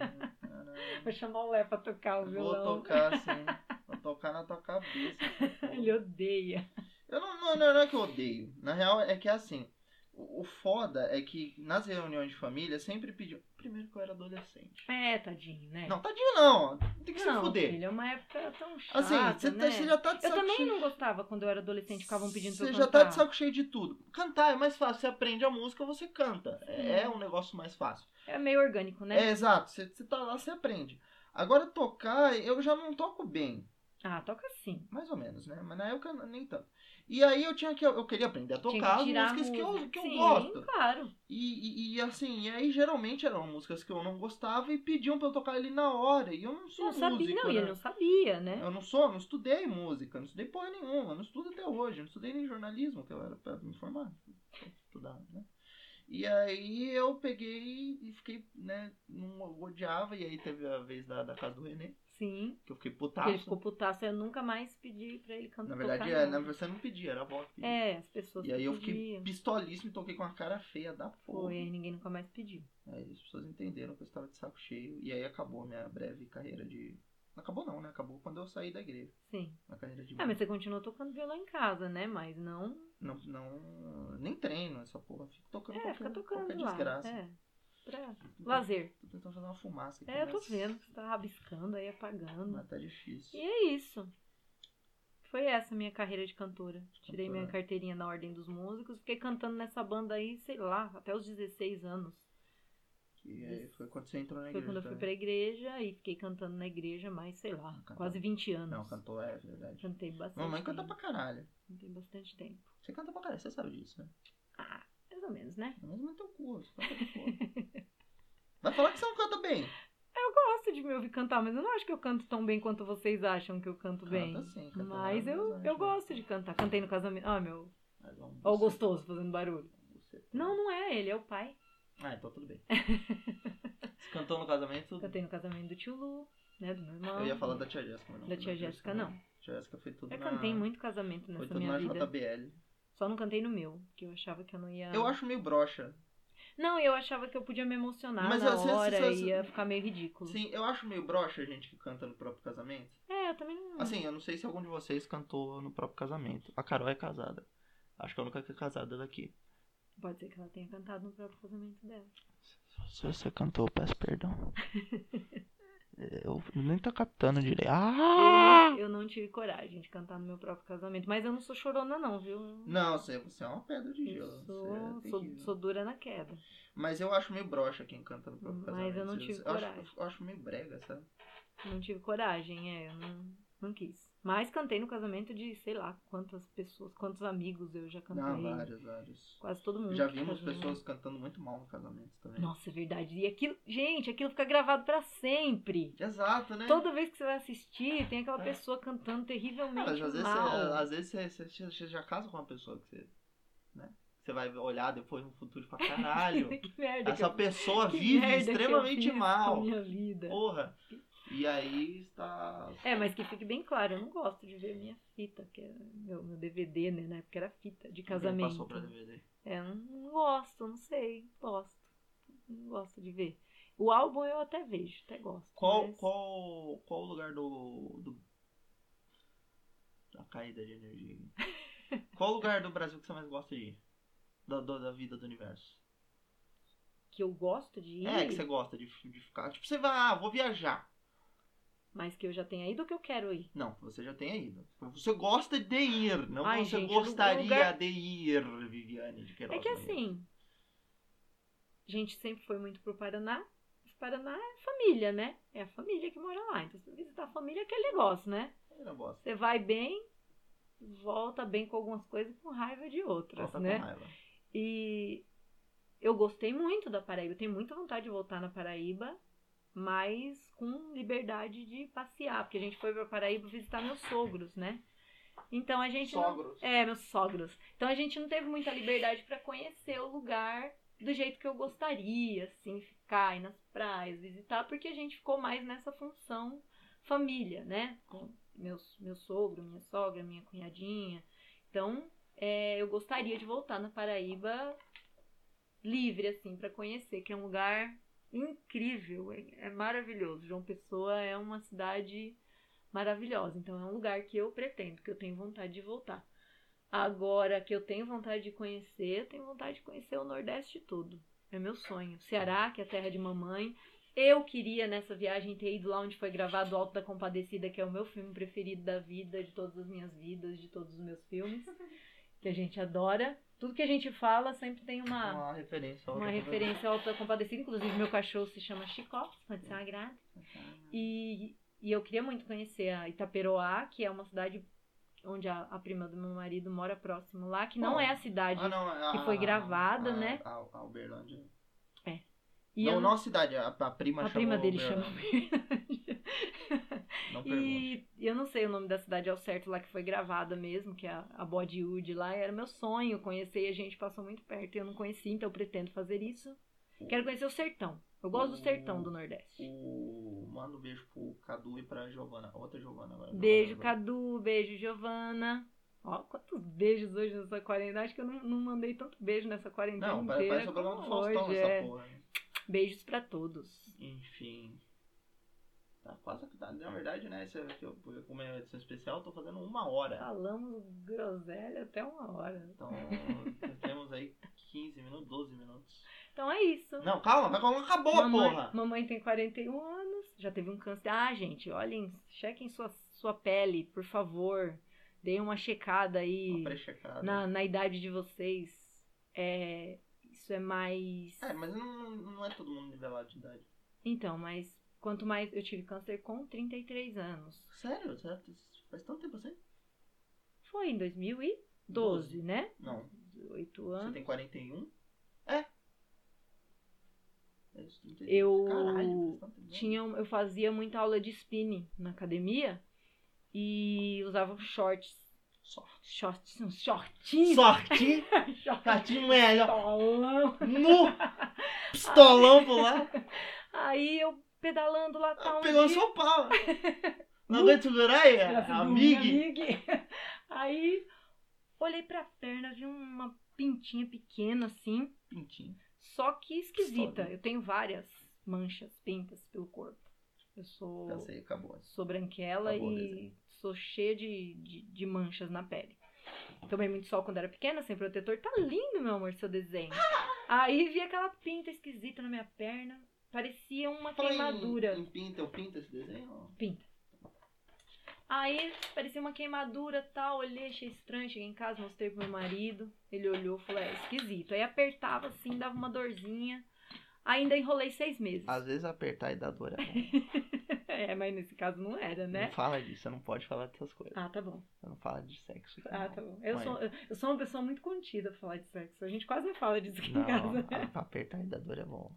Vou chamar o Léo pra tocar o violão. Vou tocar, sim. Vou tocar na tua cabeça. Ele odeia. Não é que eu odeio. Na real, é que é assim. O foda é que nas reuniões de família sempre pediam. Primeiro que eu era adolescente. Tadinho, né? Não, tadinho não. Tem que se fuder. Filho, é uma época tão chata, assim, né? Você já tá de saco cheio. Eu também não gostava quando eu era adolescente, ficavam pedindo pra eu cantar. cantar. Você já tá de saco cheio de tudo. Cantar é mais fácil. Você aprende a música, você canta. É um negócio mais fácil. É meio orgânico, né? Exato. Você tá lá, você aprende. Agora tocar, eu já não toco bem. Toca sim. Mais ou menos, né? Mas na época nem tanto. E aí eu queria aprender a tocar as músicas que eu gosto. Claro. E assim, aí geralmente eram músicas que eu não gostava e pediam pra eu tocar ali na hora. E eu não sou músico, ele não sabia, né? Eu não estudei música, não estudei porra nenhuma, eu não estudo até hoje, eu não estudei nem jornalismo, que eu era pra me formar, estudar, né? E aí eu peguei e fiquei, né, não odiava, e aí teve a vez da casa do Renê. Sim. Que eu fiquei putaço. Ele ficou putaço, eu nunca mais pedi pra ele cantar. Na verdade, você não pedia, era a avó que pedia. As pessoas E aí eu fiquei pistolíssimo e toquei com a cara feia da porra. Foi, aí ninguém nunca mais pediu. Aí as pessoas entenderam que eu estava de saco cheio. E aí acabou a minha breve carreira de... Não acabou não, né? Acabou quando eu saí da igreja. Sim. Na carreira de... mas você continuou tocando violão em casa, né? Mas não... Não... Nem treino essa porra. Fico tocando qualquer lá. desgraça. Pra lazer. Tô tentando fazer uma fumaça aqui. Eu tô vendo. Você tá rabiscando aí, apagando. Mas tá difícil. E é isso. Foi essa a minha carreira de cantora. Tirei minha carteirinha na Ordem dos Músicos. Fiquei cantando nessa banda aí, sei lá, até os 16 anos. E aí foi quando você entrou na igreja. Foi quando eu fui pra igreja e fiquei cantando na igreja mais, sei lá, quase 20 anos. Não, cantou, é verdade. Cantei bastante. Mamãe canta pra caralho. Cantei bastante tempo. Você canta pra caralho, você sabe disso, né? Mais ou menos, né? Mais ou menos teu cu, você canta pra porra. Vai falar que você não canta bem. Eu gosto de me ouvir cantar, mas eu não acho que eu canto tão bem quanto vocês acham que eu canto bem. Canta sim, canta. Mas eu gosto de cantar. Cantei no casamento. Meu. Ó o gostoso fazendo barulho. Não é ele, é o pai. Então tudo bem. Você cantou no casamento? Cantei no casamento do tio Lu. né? Do meu irmão. Eu ia falar da tia Jéssica, mas não. Da tia Jéssica, não. Tia Jéssica foi tudo Eu cantei em muito casamento Foi nessa tudo minha na vida. JBL. Só não cantei no meu, que eu achava que eu não ia... Eu acho meio broxa. Não, eu achava que eu podia me emocionar Mas na hora e ia ficar meio ridículo. Sim, eu acho meio broxa a gente que canta no próprio casamento. É, eu também não... Assim, eu não sei se algum de vocês cantou no próprio casamento. A Carol é casada. Acho que é a única que é casada daqui. Pode ser que ela tenha cantado no próprio casamento dela. Se você cantou, peço perdão. Eu nem tô captando direito. Eu não tive coragem de cantar no meu próprio casamento. Mas eu não sou chorona não, viu? Não, você é uma pedra de gelo. Sou dura na queda. Mas eu acho meio broxa quem canta no próprio casamento. Mas eu não tive coragem. Eu acho meio brega, sabe? Não tive coragem, eu não quis. Mas cantei no casamento de, sei lá, quantas pessoas, quantos amigos eu já cantei. Não, vários. Quase todo mundo. Já vimos pessoas cantando muito mal no casamento também. Nossa, é verdade. E aquilo, gente, aquilo fica gravado pra sempre. Exato, né? Toda vez que você vai assistir, tem aquela pessoa cantando terrivelmente mal. Às vezes você já casa com uma pessoa que você, né? Você vai olhar depois no futuro e falar, caralho, que merda essa pessoa vive extremamente mal. Minha vida. Porra. E aí está... mas que fique bem claro, eu não gosto de ver minha fita, que é meu DVD, né? Na época era fita de casamento. Passou pra DVD. Não gosto, não sei, não gosto de ver. O álbum eu até vejo, até gosto. Qual o lugar da caída de energia? Qual lugar do Brasil que você mais gosta de ir? Da vida do universo? Que eu gosto de ir? É, que você gosta de ficar. Tipo, você vai, vou viajar. Mas que eu já tenha ido ou que eu quero ir? Não, você já tenha ido. Você gosta de ir, não Ai, você gente, gostaria de ir, Viviane de Queiroz. É que assim, a gente sempre foi muito pro Paraná. Mas Paraná é família, né? É a família que mora lá. Então, se você visitar a família, é aquele negócio, né? Você vai bem, volta bem com algumas coisas e com raiva de outras, volta né? Com raiva. E eu gostei muito da Paraíba. Eu tenho muita vontade de voltar na Paraíba, mas com liberdade de passear, porque a gente foi pra Paraíba visitar meus sogros, né? Então a gente... Sogros? Meus sogros. Então a gente não teve muita liberdade pra conhecer o lugar do jeito que eu gostaria, assim, ficar, ir nas praias, visitar, porque a gente ficou mais nessa função família, né? Com meu sogro, minha sogra, minha cunhadinha. Então, eu gostaria de voltar na Paraíba livre, assim, pra conhecer, que é um lugar... incrível, é maravilhoso. João Pessoa é uma cidade maravilhosa, então é um lugar que eu pretendo, que eu tenho vontade de voltar. Agora que eu tenho vontade de conhecer, eu tenho vontade de conhecer o Nordeste todo. É meu sonho. Ceará, que é a terra de mamãe. Eu queria nessa viagem ter ido lá onde foi gravado o Alto da Compadecida, que é o meu filme preferido da vida, de todas as minhas vidas, de todos os meus filmes, que a gente adora. Tudo que a gente fala sempre tem uma referência ao Alto da Compadecida. Inclusive, meu cachorro se chama Chicó, pode ser uma grade. E eu queria muito conhecer a Itaperoá, que é uma cidade onde a prima do meu marido mora próximo lá, que não é a cidade que foi gravada, né? A Uberlândia. E não a cidade, a prima dele chama Uberlândia. Não pergunte. E eu não sei o nome da cidade ao certo lá que foi gravada mesmo, que é a Bodywood lá. Era meu sonho conhecer e a gente passou muito perto e eu não conheci, então eu pretendo fazer isso. Quero conhecer o sertão. Eu gosto do sertão do Nordeste. Manda um beijo pro Cadu e pra Giovana. Outra Giovana agora. Beijo, Cadu. Beijo, Giovana. Ó, quantos beijos hoje nessa quarentena. Acho que eu não mandei tanto beijo nessa quarentena inteira. Não, parece o programa do Faustão essa porra. Beijos pra todos. Enfim. Tá quase, na verdade, né? Como é edição especial, eu tô fazendo 1 hora. Falamos groselha até 1 hora. Então, temos aí 15 minutos, 12 minutos. Então é isso. Não, calma, acabou a porra. Mamãe tem 41 anos, já teve um câncer. Gente, olhem, chequem sua pele, por favor. Deem uma checada aí. Uma pré-checada. Na idade de vocês. Isso é mais... mas não é todo mundo nivelado de idade. Então, mas quanto mais... Eu tive câncer com 33 anos. Sério? Faz tanto tempo assim? Foi em 2012, né? Não. 8 anos. Você tem 41? É. Eu fazia muita aula de spinning na academia e usava shortinho. Shortinho melhor. No pistolão por lá. Aí eu pedalando lá, tal, Pegou São Paulo. Não aguento segurar aí, amiga. Aí, olhei pra perna, vi uma pintinha pequena, assim. Pintinho. Só que esquisita. História. Eu tenho várias manchas, pintas pelo corpo. Eu Cansei, acabou. sou branquela Acabou o e desenho. sou cheia de manchas na pele. Tomei muito sol quando era pequena, sem protetor. Tá lindo, meu amor, seu desenho. Aí vi aquela pinta esquisita na minha perna. Parecia uma queimadura. Em pinta, eu pinto esse desenho? Pinta. Aí parecia uma queimadura e tal. Olhei, achei estranho. Cheguei em casa, mostrei pro meu marido. Ele olhou e falou, é esquisito. Aí apertava assim, dava uma dorzinha. Ainda enrolei 6 meses. Às vezes apertar e dar dor é bom. Mas nesse caso não era, né? Não fala disso, você não pode falar dessas coisas. Ah, tá bom. Você não fala de sexo. Ah, tá bom. Eu sou uma pessoa muito contida pra falar de sexo. A gente quase não fala disso aqui em Não, casa. pra apertar e dar dor é bom.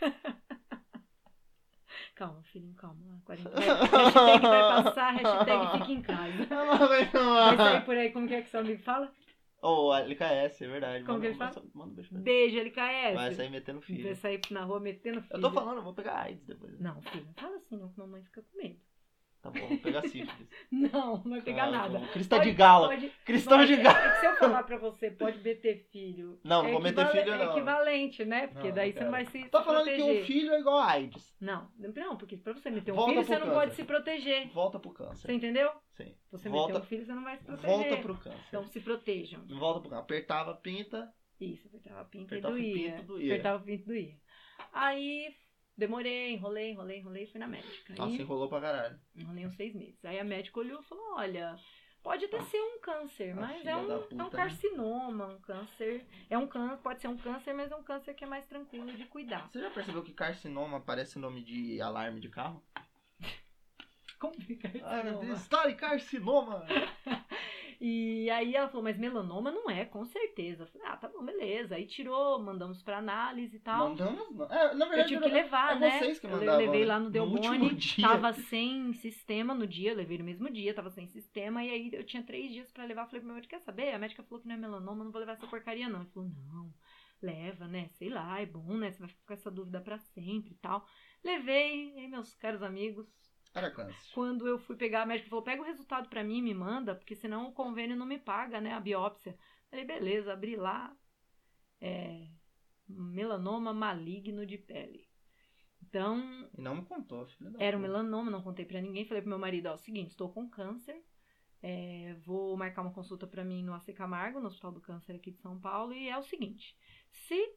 Calma, filhinho, calma. Hashtag vai passar, hashtag fica em casa. Vai sair por aí, como que é que seu amigo fala? Ô, LKS, é verdade. Como que ele fala? Manda um beijo pra ele. Beijo, LKS. Vai sair metendo filho. Vai sair na rua metendo filho. Eu tô falando, eu vou pegar AIDS depois. Não, filho, não fala assim não, que mamãe fica com medo. Tá bom, vou pegar sífilis. Não vai pegar nada. Cristão de gala. Cristão de gala. É que se eu falar pra você, pode meter filho. Não vou meter filho, não. É equivalente, né? Porque Não, daí cara. você não vai se Tá falando proteger. que um filho é igual a AIDS. Não, porque pra você meter um Volta filho, pro você não câncer. pode se proteger. Volta pro câncer. Você entendeu? Sim. Você Volta, meter um filho, você não vai se proteger. volta pro câncer. Então se protejam. Volta pro câncer. Apertava a pinta. Isso, apertava a pinta Apertava e o doía. pinto, doía. Apertava o pinto e doía. Aí, demorei, enrolei e fui na médica. Nossa, Aí, enrolou pra caralho. enrolei uns 6 meses. Aí a médica olhou e falou, olha, pode até ser um câncer, mas filha é um da puta, né? carcinoma, um câncer. Pode ser um câncer, mas é um câncer que é mais tranquilo de cuidar. Você já percebeu que carcinoma parece nome de alarme de carro? Como que é carcinoma? Está em carcinoma! E aí ela falou, mas melanoma não é, com certeza. Eu falei, tá bom, beleza. Aí tirou, mandamos pra análise e tal. Mandamos? Não. Na verdade, Eu tive que levar, né? Vocês que Eu mandavam, levei né? lá no No Delboni, último dia. tava sem sistema no dia, eu levei no mesmo dia, tava sem sistema, e aí eu tinha 3 dias pra levar, falei pro meu médico, quer saber? A médica falou que não é melanoma, não vou levar essa porcaria não. Ele falou, não, leva, né? Sei lá, é bom, né? Você vai ficar com essa dúvida pra sempre e tal. Levei, e aí meus caros amigos, Era câncer. quando eu fui pegar, a médica falou, pega o resultado pra mim e me manda, porque senão o convênio não me paga, né, a biópsia. Falei, beleza, abri lá, melanoma maligno de pele. Então, E não me contou, filho da era um puta. melanoma, não contei pra ninguém. Falei pro meu marido, ó, o seguinte, estou com câncer, vou marcar uma consulta pra mim no AC Camargo, no Hospital do Câncer aqui de São Paulo, e é o seguinte, se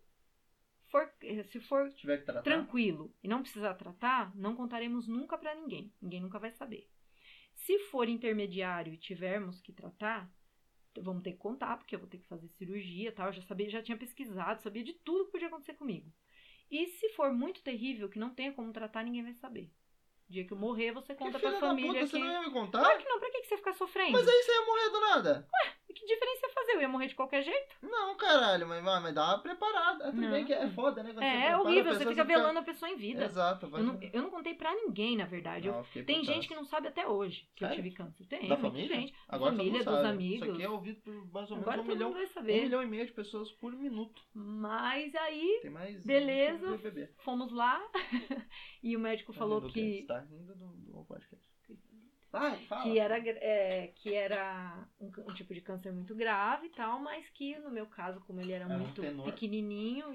for Se tiver que tratar. tranquilo e não precisar tratar, não contaremos nunca pra ninguém. Ninguém nunca vai saber. Se for intermediário e tivermos que tratar, vamos ter que contar, porque eu vou ter que fazer cirurgia e tal. Eu já tinha pesquisado, sabia de tudo que podia acontecer comigo. E se for muito terrível, que não tenha como tratar, ninguém vai saber. O dia que eu morrer, você conta pra filha da família puta, que... você não ia me contar? Claro que não, pra que você ficar sofrendo? Mas aí você ia morrer do nada. Que diferença ia fazer? Eu ia morrer de qualquer jeito? Não, caralho, mas dá uma preparada. Tudo Não. bem que é foda, né? Quando você É prepara a horrível, pessoa, você fica velando a pessoa em vida. Exato. Eu não contei pra ninguém, na verdade. Não, eu fiquei Tem putaço. gente que não sabe até hoje que Sério? eu tive câncer. Tem, Da muita família? gente. Da Agora todo família, mundo dos sabe. amigos. Isso aqui é ouvido por mais ou menos Agora 1 todo milhão, mundo vai 1 saber. milhão e meio de pessoas por minuto. Mas aí, Tem mais... beleza, gente pra beber. fomos lá e o médico falou Do que... Tá rindo do podcast. Vai, fala. Que era um tipo de câncer muito grave e tal, mas que no meu caso, como ele era Era um muito tenor. pequenininho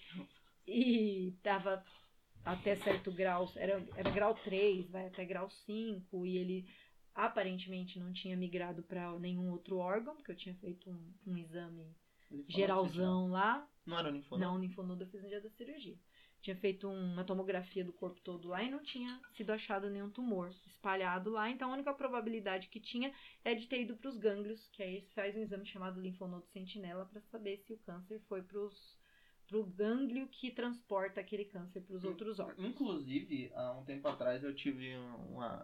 e tava até certo grau, era grau 3, vai até grau 5, e ele aparentemente não tinha migrado para nenhum outro órgão, porque eu tinha feito um exame geralzão lá. Não era o linfonodo? Não, o linfonodo eu fiz no dia da cirurgia. Tinha feito uma tomografia do corpo todo lá e não tinha sido achado nenhum tumor espalhado lá. Então a única probabilidade que tinha é de ter ido para os gânglios, que aí faz um exame chamado linfonodo sentinela para saber se o câncer foi pro gânglio que transporta aquele câncer para os outros órgãos. Inclusive, há um tempo atrás eu tive uma...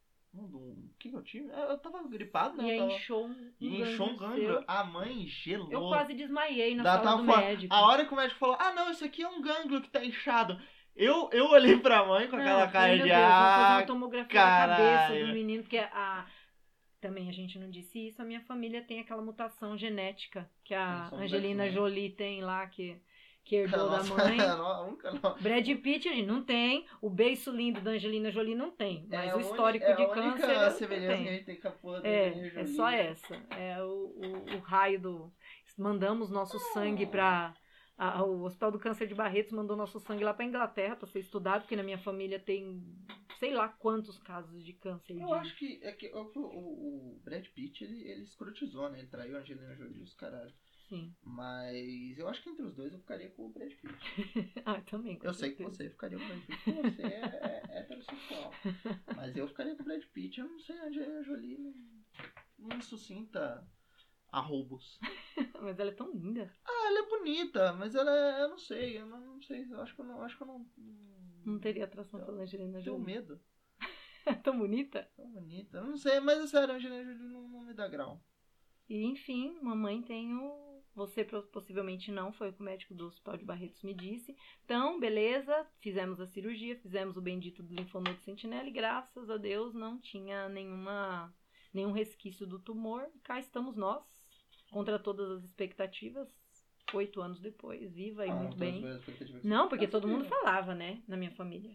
O que eu tive? Eu tava gripado, né? E aí Eu tava... inchou um gânglio. seu. A mãe gelou. Eu quase desmaiei na Da sala do tal médico. A hora que o médico falou, não, isso aqui é um gânglio que tá inchado. Eu olhei pra mãe com aquela cara meu de... Deus, vou fazer uma tomografia na cabeça caralho. do menino, porque também a gente não disse isso, a minha família tem aquela mutação genética que a São Angelina daqui, né? Jolie tem lá, que que herdou da mãe. A única não. Brad Pitt, a gente não tem. O beiço lindo da Angelina Jolie não tem. Mas o histórico de a câncer. única semelhança que a gente tem com a porra da Angelina Jolie. É só essa. É o raio do. Mandamos nosso sangue pra. O Hospital do Câncer de Barretos mandou nosso sangue lá pra Inglaterra pra ser estudado, porque na minha família tem sei lá quantos casos de câncer. Eu acho que, o Brad Pitt, ele escrotizou, né? Ele traiu a Angelina Jolie, os caralho. Sim. Mas eu acho que entre os dois eu ficaria com o Brad Pitt. Também. Eu sei que você ficaria com o Brad Pitt, porque você é heterossexual. Mas eu ficaria com o Brad Pitt. Eu não sei, a Angelina Jolie não me suscita arroubos. Mas ela é tão linda. Ela é bonita, mas eu não sei. Eu não sei. Eu acho que eu não. Não teria atração pela Angelina Jolie. Tenho medo. Tão bonita? Tão bonita. Eu não sei, mas é sério, a Angelina Jolie não me dá grau. E enfim, mamãe tem Você possivelmente não, foi o que o médico do Hospital de Barretos me disse. Então, beleza, fizemos a cirurgia, fizemos o bendito do linfonodo sentinela e graças a Deus não tinha nenhum resquício do tumor. Cá estamos nós, contra todas as expectativas, 8 anos depois, viva e muito bem. Não, porque todo mundo falava, né, na minha família.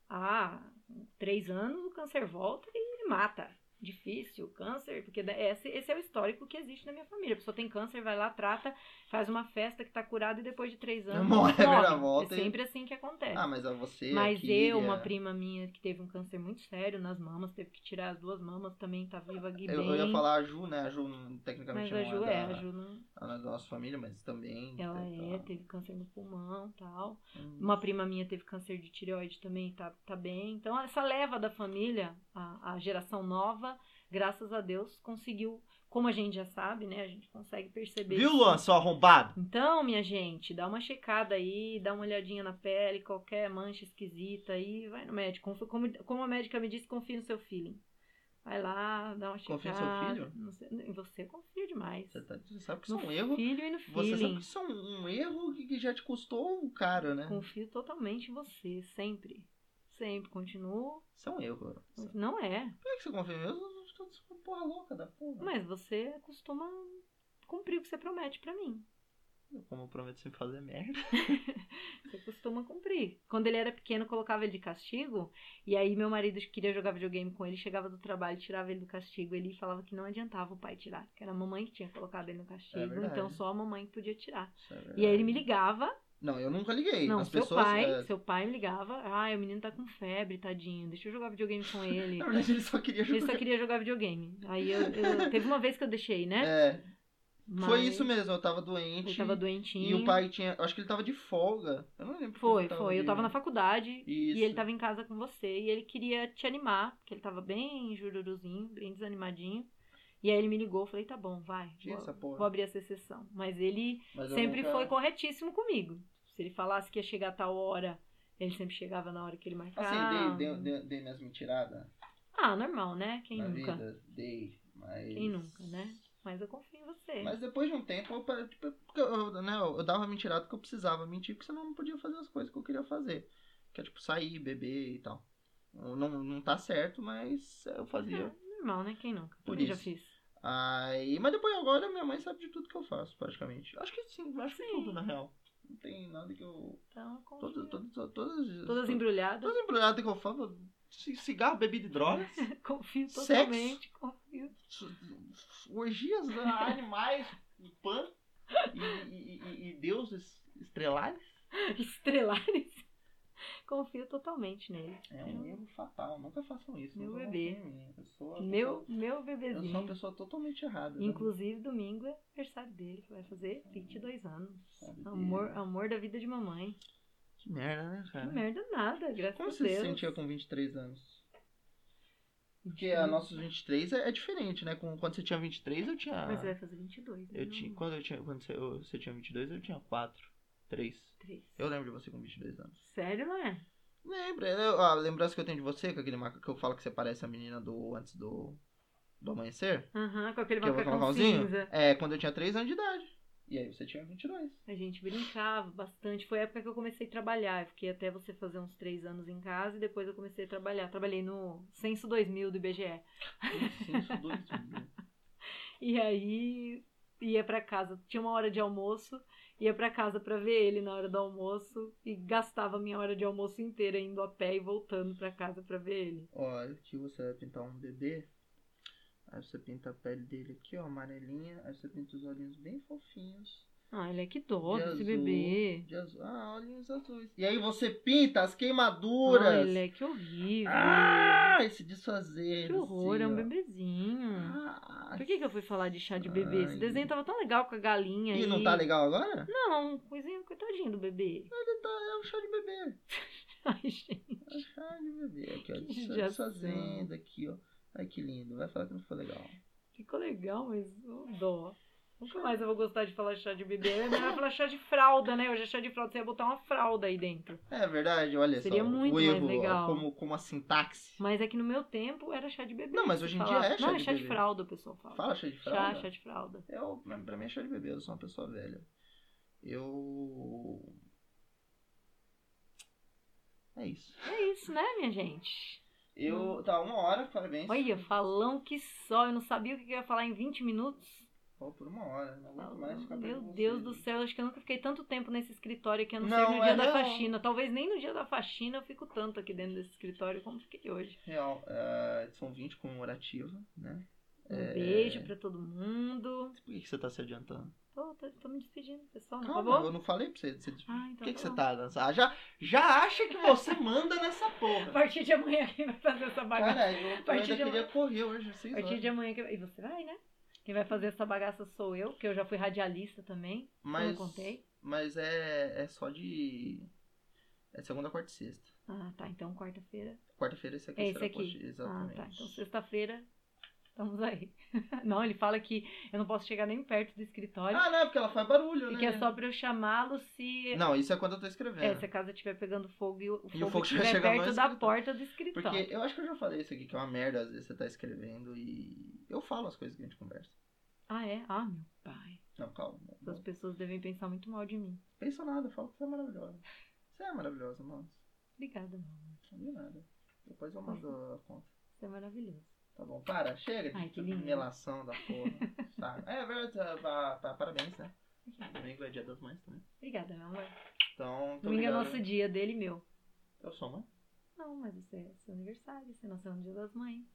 3 anos o câncer volta e mata. Difícil, câncer, porque esse é o histórico que existe na minha família. A pessoa tem câncer, vai lá, trata, faz uma festa que tá curada e depois de 3 anos morre. É sempre assim que acontece. Mas você Mas uma prima minha que teve um câncer muito sério nas mamas, teve que tirar as 2 mamas, também tá viva aqui bem. Eu ia falar a Ju, né? A Ju tecnicamente mas não a Ju não... da nossa família, mas também... Ela teve câncer no pulmão e tal. Uma prima minha teve câncer de tireoide também, tá bem. Então essa leva da família, a geração nova, graças a Deus, conseguiu, como a gente já sabe, né? A gente consegue perceber. Viu, Luan, seu arrombado? Então, minha gente, dá uma checada aí, dá uma olhadinha na pele, qualquer mancha esquisita aí, vai no médico. Como a médica me disse, confia no seu feeling. Vai lá, dá uma checada. Confia no seu filho? Não sei, em você confio demais. Você sabe que isso é um erro. Filho e no feeling. Você sabe que isso é um erro que já te custou um caro, né? Confio totalmente em você, sempre. Sempre, continuo. Isso é um erro. Não é. Por que você confia mesmo? Eu tô porra louca da porra. Mas você costuma cumprir o que você promete pra mim. Como eu prometo sempre fazer merda. Você costuma cumprir. Quando ele era pequeno, eu colocava ele de castigo. E aí meu marido queria jogar videogame com ele. Chegava do trabalho, tirava ele do castigo. Ele falava que não adiantava o pai tirar. Que era a mamãe que tinha colocado ele no castigo. Então só a mamãe que podia tirar. E aí ele me ligava. Não, eu nunca liguei. Não, seu pai me ligava. O menino tá com febre, tadinho. Deixa eu jogar videogame com ele. Na verdade, ele só queria jogar videogame. Aí teve uma vez que eu deixei, né? Mas foi isso mesmo, eu tava doente. Ele tava doentinho. E o pai tinha. Acho que ele tava de folga. Eu não lembro. Foi. Eu tava na faculdade. Isso. E ele tava em casa com você. E ele queria te animar, porque ele tava bem jururuzinho, bem desanimadinho. E aí ele me ligou, eu falei, tá bom, vai. Vou abrir essa sessão. Mas ele sempre foi corretíssimo comigo. Se ele falasse que ia chegar a tal hora, ele sempre chegava na hora que ele marcava. Assim, dei minhas mentiradas. Normal, né? Quem na nunca? Vida, dei, mas... Quem nunca, né? Mas eu confio em você. Mas depois de um tempo, eu dava mentirada porque eu precisava mentir, porque senão eu não podia fazer as coisas que eu queria fazer. Que é tipo sair, beber e tal. Não tá certo, mas eu fazia. Normal, né? Quem nunca? Também já fiz. Mas depois agora minha mãe sabe de tudo que eu faço, praticamente. Acho que sim, acho que tudo, na real. Não tem nada que eu... Então, todas embrulhadas. Todas embrulhadas que eu falo. Cigarro, bebida e drogas. Confio totalmente, sexo, confio. Orgias, animais, pan e deuses estrelares. Estrelares? Confio totalmente nele. É um erro fatal, nunca façam isso. Meu bebê. Meu bebezinho. Eu sou uma pessoa totalmente errada. Inclusive, domingo é aniversário dele, que vai fazer 22 anos. Amor da vida de mamãe. Que merda, né, cara? Que merda nada, graças a Deus. Como você se sentia com 23 anos? Porque a nossos 23 é diferente, né? Quando você tinha 23, eu tinha... Mas você vai fazer 22, né? Quando você tinha 22, eu tinha 4. 3. Eu lembro de você com 22 anos. Sério, não é? Lembro. A lembrança que eu tenho de você, com aquele macaco que eu falo que você parece a menina antes do amanhecer. Com aquele macacão cinza. Quando eu tinha 3 anos de idade. E aí você tinha 22. A gente brincava bastante. Foi a época que eu comecei a trabalhar. Eu fiquei até você fazer uns 3 anos em casa e depois eu comecei a trabalhar. Trabalhei no Censo 2000 do IBGE. Censo 2000. E aí ia pra casa. Tinha uma hora de almoço ia pra casa pra ver ele na hora do almoço e gastava minha hora de almoço inteira indo a pé e voltando pra casa pra ver ele. Ó, aqui você vai pintar um bebê. Aí você pinta a pele dele aqui, ó, amarelinha. Aí você pinta os olhinhos bem fofinhos. Ah, ele é que dó De desse azul, bebê. de azul. Ah, olhinhos azuis. E aí você pinta as queimaduras. Ah, ele é que horrível. Ah, esse desfazer. Que horror, é um ó. bebezinho. Ah, Por que eu fui falar de chá de bebê? Esse desenho tava tão legal com a galinha. E não tá legal agora? Não, coitadinho do bebê. Ele tá, é um chá de bebê. Ai, gente. É um chá de bebê. Aqui, ó. Que judiação. Desfazendo aqui, ó. Ai, que lindo. Vai falar que não ficou legal. Ficou legal, mas dó. Nunca mais eu vou gostar de falar chá de bebê. É melhor falar chá de fralda, né? Hoje é chá de fralda, você ia botar uma fralda aí dentro. É verdade, olha Seria só. muito o mais erro, legal. como a sintaxe. Mas é que no meu tempo era chá de bebê. Não, mas você hoje em dia falava. é chá Não, de é chá de bebê. fralda, o pessoal fala. Fala chá de fralda? Chá de fralda. Pra mim é chá de bebê, eu sou uma pessoa velha. É isso. É isso, né, minha gente? Tá 1 hora, parabéns. Olha, falão que só. Eu não sabia o que eu ia falar em 20 minutos. Falou por 1 hora, não aguento mais ficar perto Meu de você. Deus do céu, acho que eu nunca fiquei tanto tempo nesse escritório que eu não sei Não, no dia é da real. faxina. Talvez nem no dia da faxina eu fico tanto aqui dentro desse escritório como fiquei hoje. Real, edição 20 comemorativa, né? Um beijo pra todo mundo. Por que você tá se adiantando? Tô me despedindo, pessoal. Não Calma, acabou? eu não falei pra você. Ah, então Por que tá você bom. tá dançando? Já acha que você manda nessa A porra. partir de amanhã quem vai fazer essa bagaça? Cara, eu partir ainda de queria correr hoje, às 6 A partir horas. de amanhã E você vai, né? Quem vai fazer essa bagaça sou eu, que eu já fui radialista também. Eu não contei. Mas é só de... É segunda, quarta e sexta. Ah, tá. Então quarta-feira. Quarta-feira esse aqui É será esse aqui. post- Exatamente. Ah, tá. Então sexta-feira estamos aí. Não, ele fala que eu não posso chegar nem perto do escritório. Ah, não, porque ela faz barulho, E né? que é só pra eu chamá-lo se... Não, isso é quando eu tô escrevendo. se a casa estiver pegando fogo e o fogo fogo estiver chegar no perto da escritório. porta do escritório. Porque eu acho que eu já falei isso aqui, que é uma merda, às vezes você tá escrevendo e eu falo as coisas que a gente conversa. Ah, é? Ah, meu pai. Não, calma. As pessoas devem pensar muito mal de mim. Pensa nada, eu falo que você é maravilhosa. Você é maravilhosa, moça. Obrigada, mamãe. Não de nada. Depois eu mando a conta. Você é maravilhoso. Tá bom, para, chega Ai, que de lindo. melação da porra. Tá. É verdade, parabéns, né? Domingo é dia das mães também. Obrigada, meu amor. Então, muito Domingo é obrigado. nosso dia, dele e meu. Eu sou mãe? Não, mas você é seu aniversário, você nasceu no dia das mães.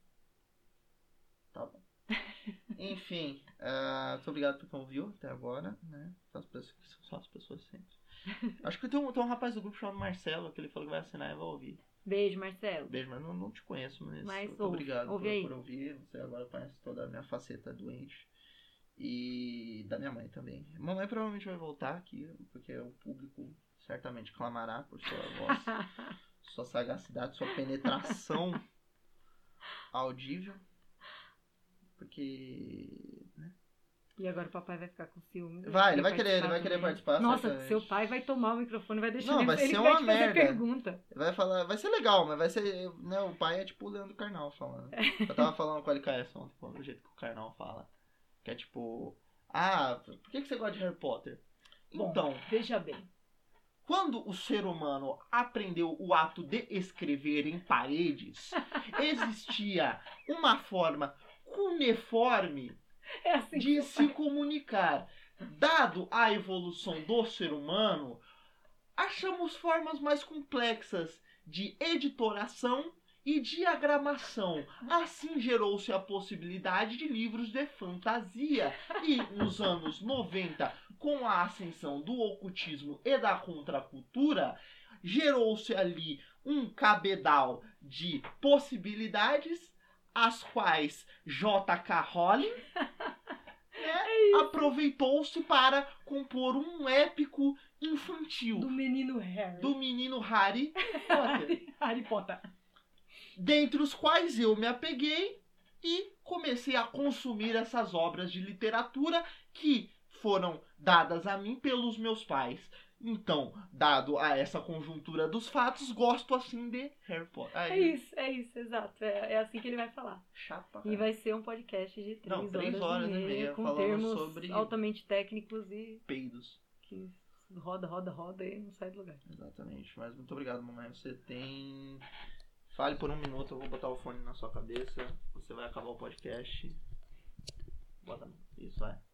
Tá bom. Enfim, muito obrigado por quem ouviu até agora, né? As pessoas, que são só as pessoas sempre. Acho que tem um rapaz do grupo chamado Marcelo, que ele falou que vai assinar e vai ouvir. Beijo, Marcelo. Beijo, mas não te conheço, mas muito ouve, obrigado ouve aí. por ouvir. Você agora conhece toda a minha faceta doente. E da minha mãe também. Mamãe provavelmente vai voltar aqui, porque o público certamente clamará por sua voz, sua sagacidade, sua penetração audível. Porque, né? E agora o papai vai ficar com ciúme. Ele vai querer participar. Nossa, certamente. seu pai vai tomar o microfone e vai deixar Não, ele, vai ele ser vai uma te fazer merda. pergunta. Vai falar, vai ser legal, mas vai ser, né, o pai é tipo o Leandro Carnal falando. Eu tava falando com o LKS ontem, do jeito que o Carnal fala. Que é tipo, por que você gosta de Harry Potter? Bom, Então, veja bem. quando o ser humano aprendeu o ato de escrever em paredes, existia uma forma cuneiforme É assim de que se comunicar. Dado a evolução do ser humano, achamos formas mais complexas de editoração e diagramação. Assim gerou-se a possibilidade de livros de fantasia. E nos anos 90, com a ascensão do ocultismo e da contracultura, gerou-se ali um cabedal de possibilidades, as quais J.K. Rowling aproveitou-se para compor um épico infantil do menino Harry. do menino Harry Potter. Harry Potter. Dentre os quais eu me apeguei e comecei a consumir essas obras de literatura que foram dadas a mim pelos meus pais. Então, dado a essa conjuntura dos fatos, gosto assim de Harry Potter. Aí, É isso, exato. É assim que ele vai falar. chato pra E caralho. vai ser um podcast de 3 horas e meia com falando termos sobre altamente técnicos e Peidos. que roda e não sai do lugar. Exatamente. Mas muito obrigado, mamãe. Você tem... Fale por 1 minuto, eu vou botar o fone na sua cabeça. Você vai acabar o podcast. Bota. Isso, vai.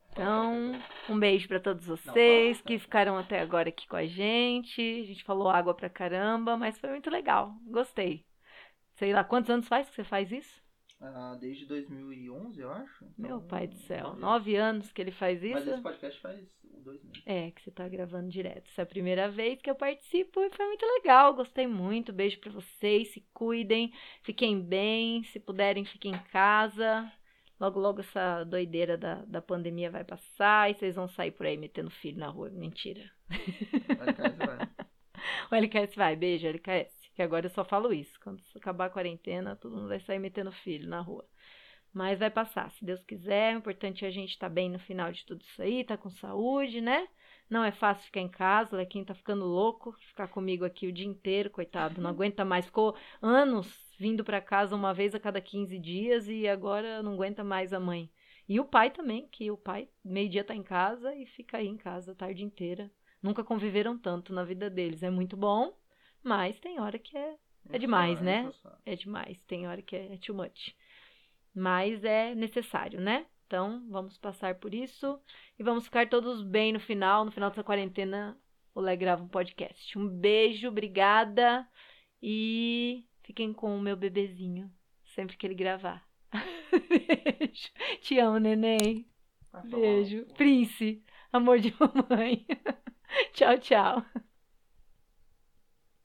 Então, um beijo pra todos vocês que ficaram até agora aqui com a gente. A gente falou água pra caramba, mas foi muito legal. Gostei. Sei lá, quantos anos faz que você faz isso? Desde 2011, eu acho. Então, Meu pai do céu, 9 9 anos que ele faz isso. Mas esse podcast faz 2 meses. Que você tá gravando direto. Essa é a primeira vez que eu participo e foi muito legal. Gostei muito. Beijo pra vocês. Se cuidem. Fiquem bem. Se puderem, fiquem em casa. Logo, logo essa doideira da pandemia vai passar e vocês vão sair por aí metendo filho na rua. Mentira. LKS vai. O LKS vai. Beijo, LKS. Que agora eu só falo isso. Quando acabar a quarentena, todo mundo vai sair metendo filho na rua. Mas vai passar, se Deus quiser. O importante é a gente estar bem no final de tudo isso aí, tá com saúde, né? Não é fácil ficar em casa, o Lequinho tá ficando louco, ficar comigo aqui o dia inteiro, coitado, não aguenta mais. Ficou anos vindo pra casa uma vez a cada 15 dias e agora não aguenta mais a mãe. E o pai também, que o pai meio-dia tá em casa e fica aí em casa a tarde inteira. Nunca conviveram tanto na vida deles. É muito bom, mas tem hora que é demais, né? É demais, tem hora que é too much. Mas é necessário, né? Então, vamos passar por isso e vamos ficar todos bem no final. No final dessa quarentena, o Lé grava um podcast. Um beijo, obrigada e fiquem com o meu bebezinho sempre que ele gravar. Beijo. Te amo, neném. Beijo. Prince, amor de mamãe. Tchau, tchau.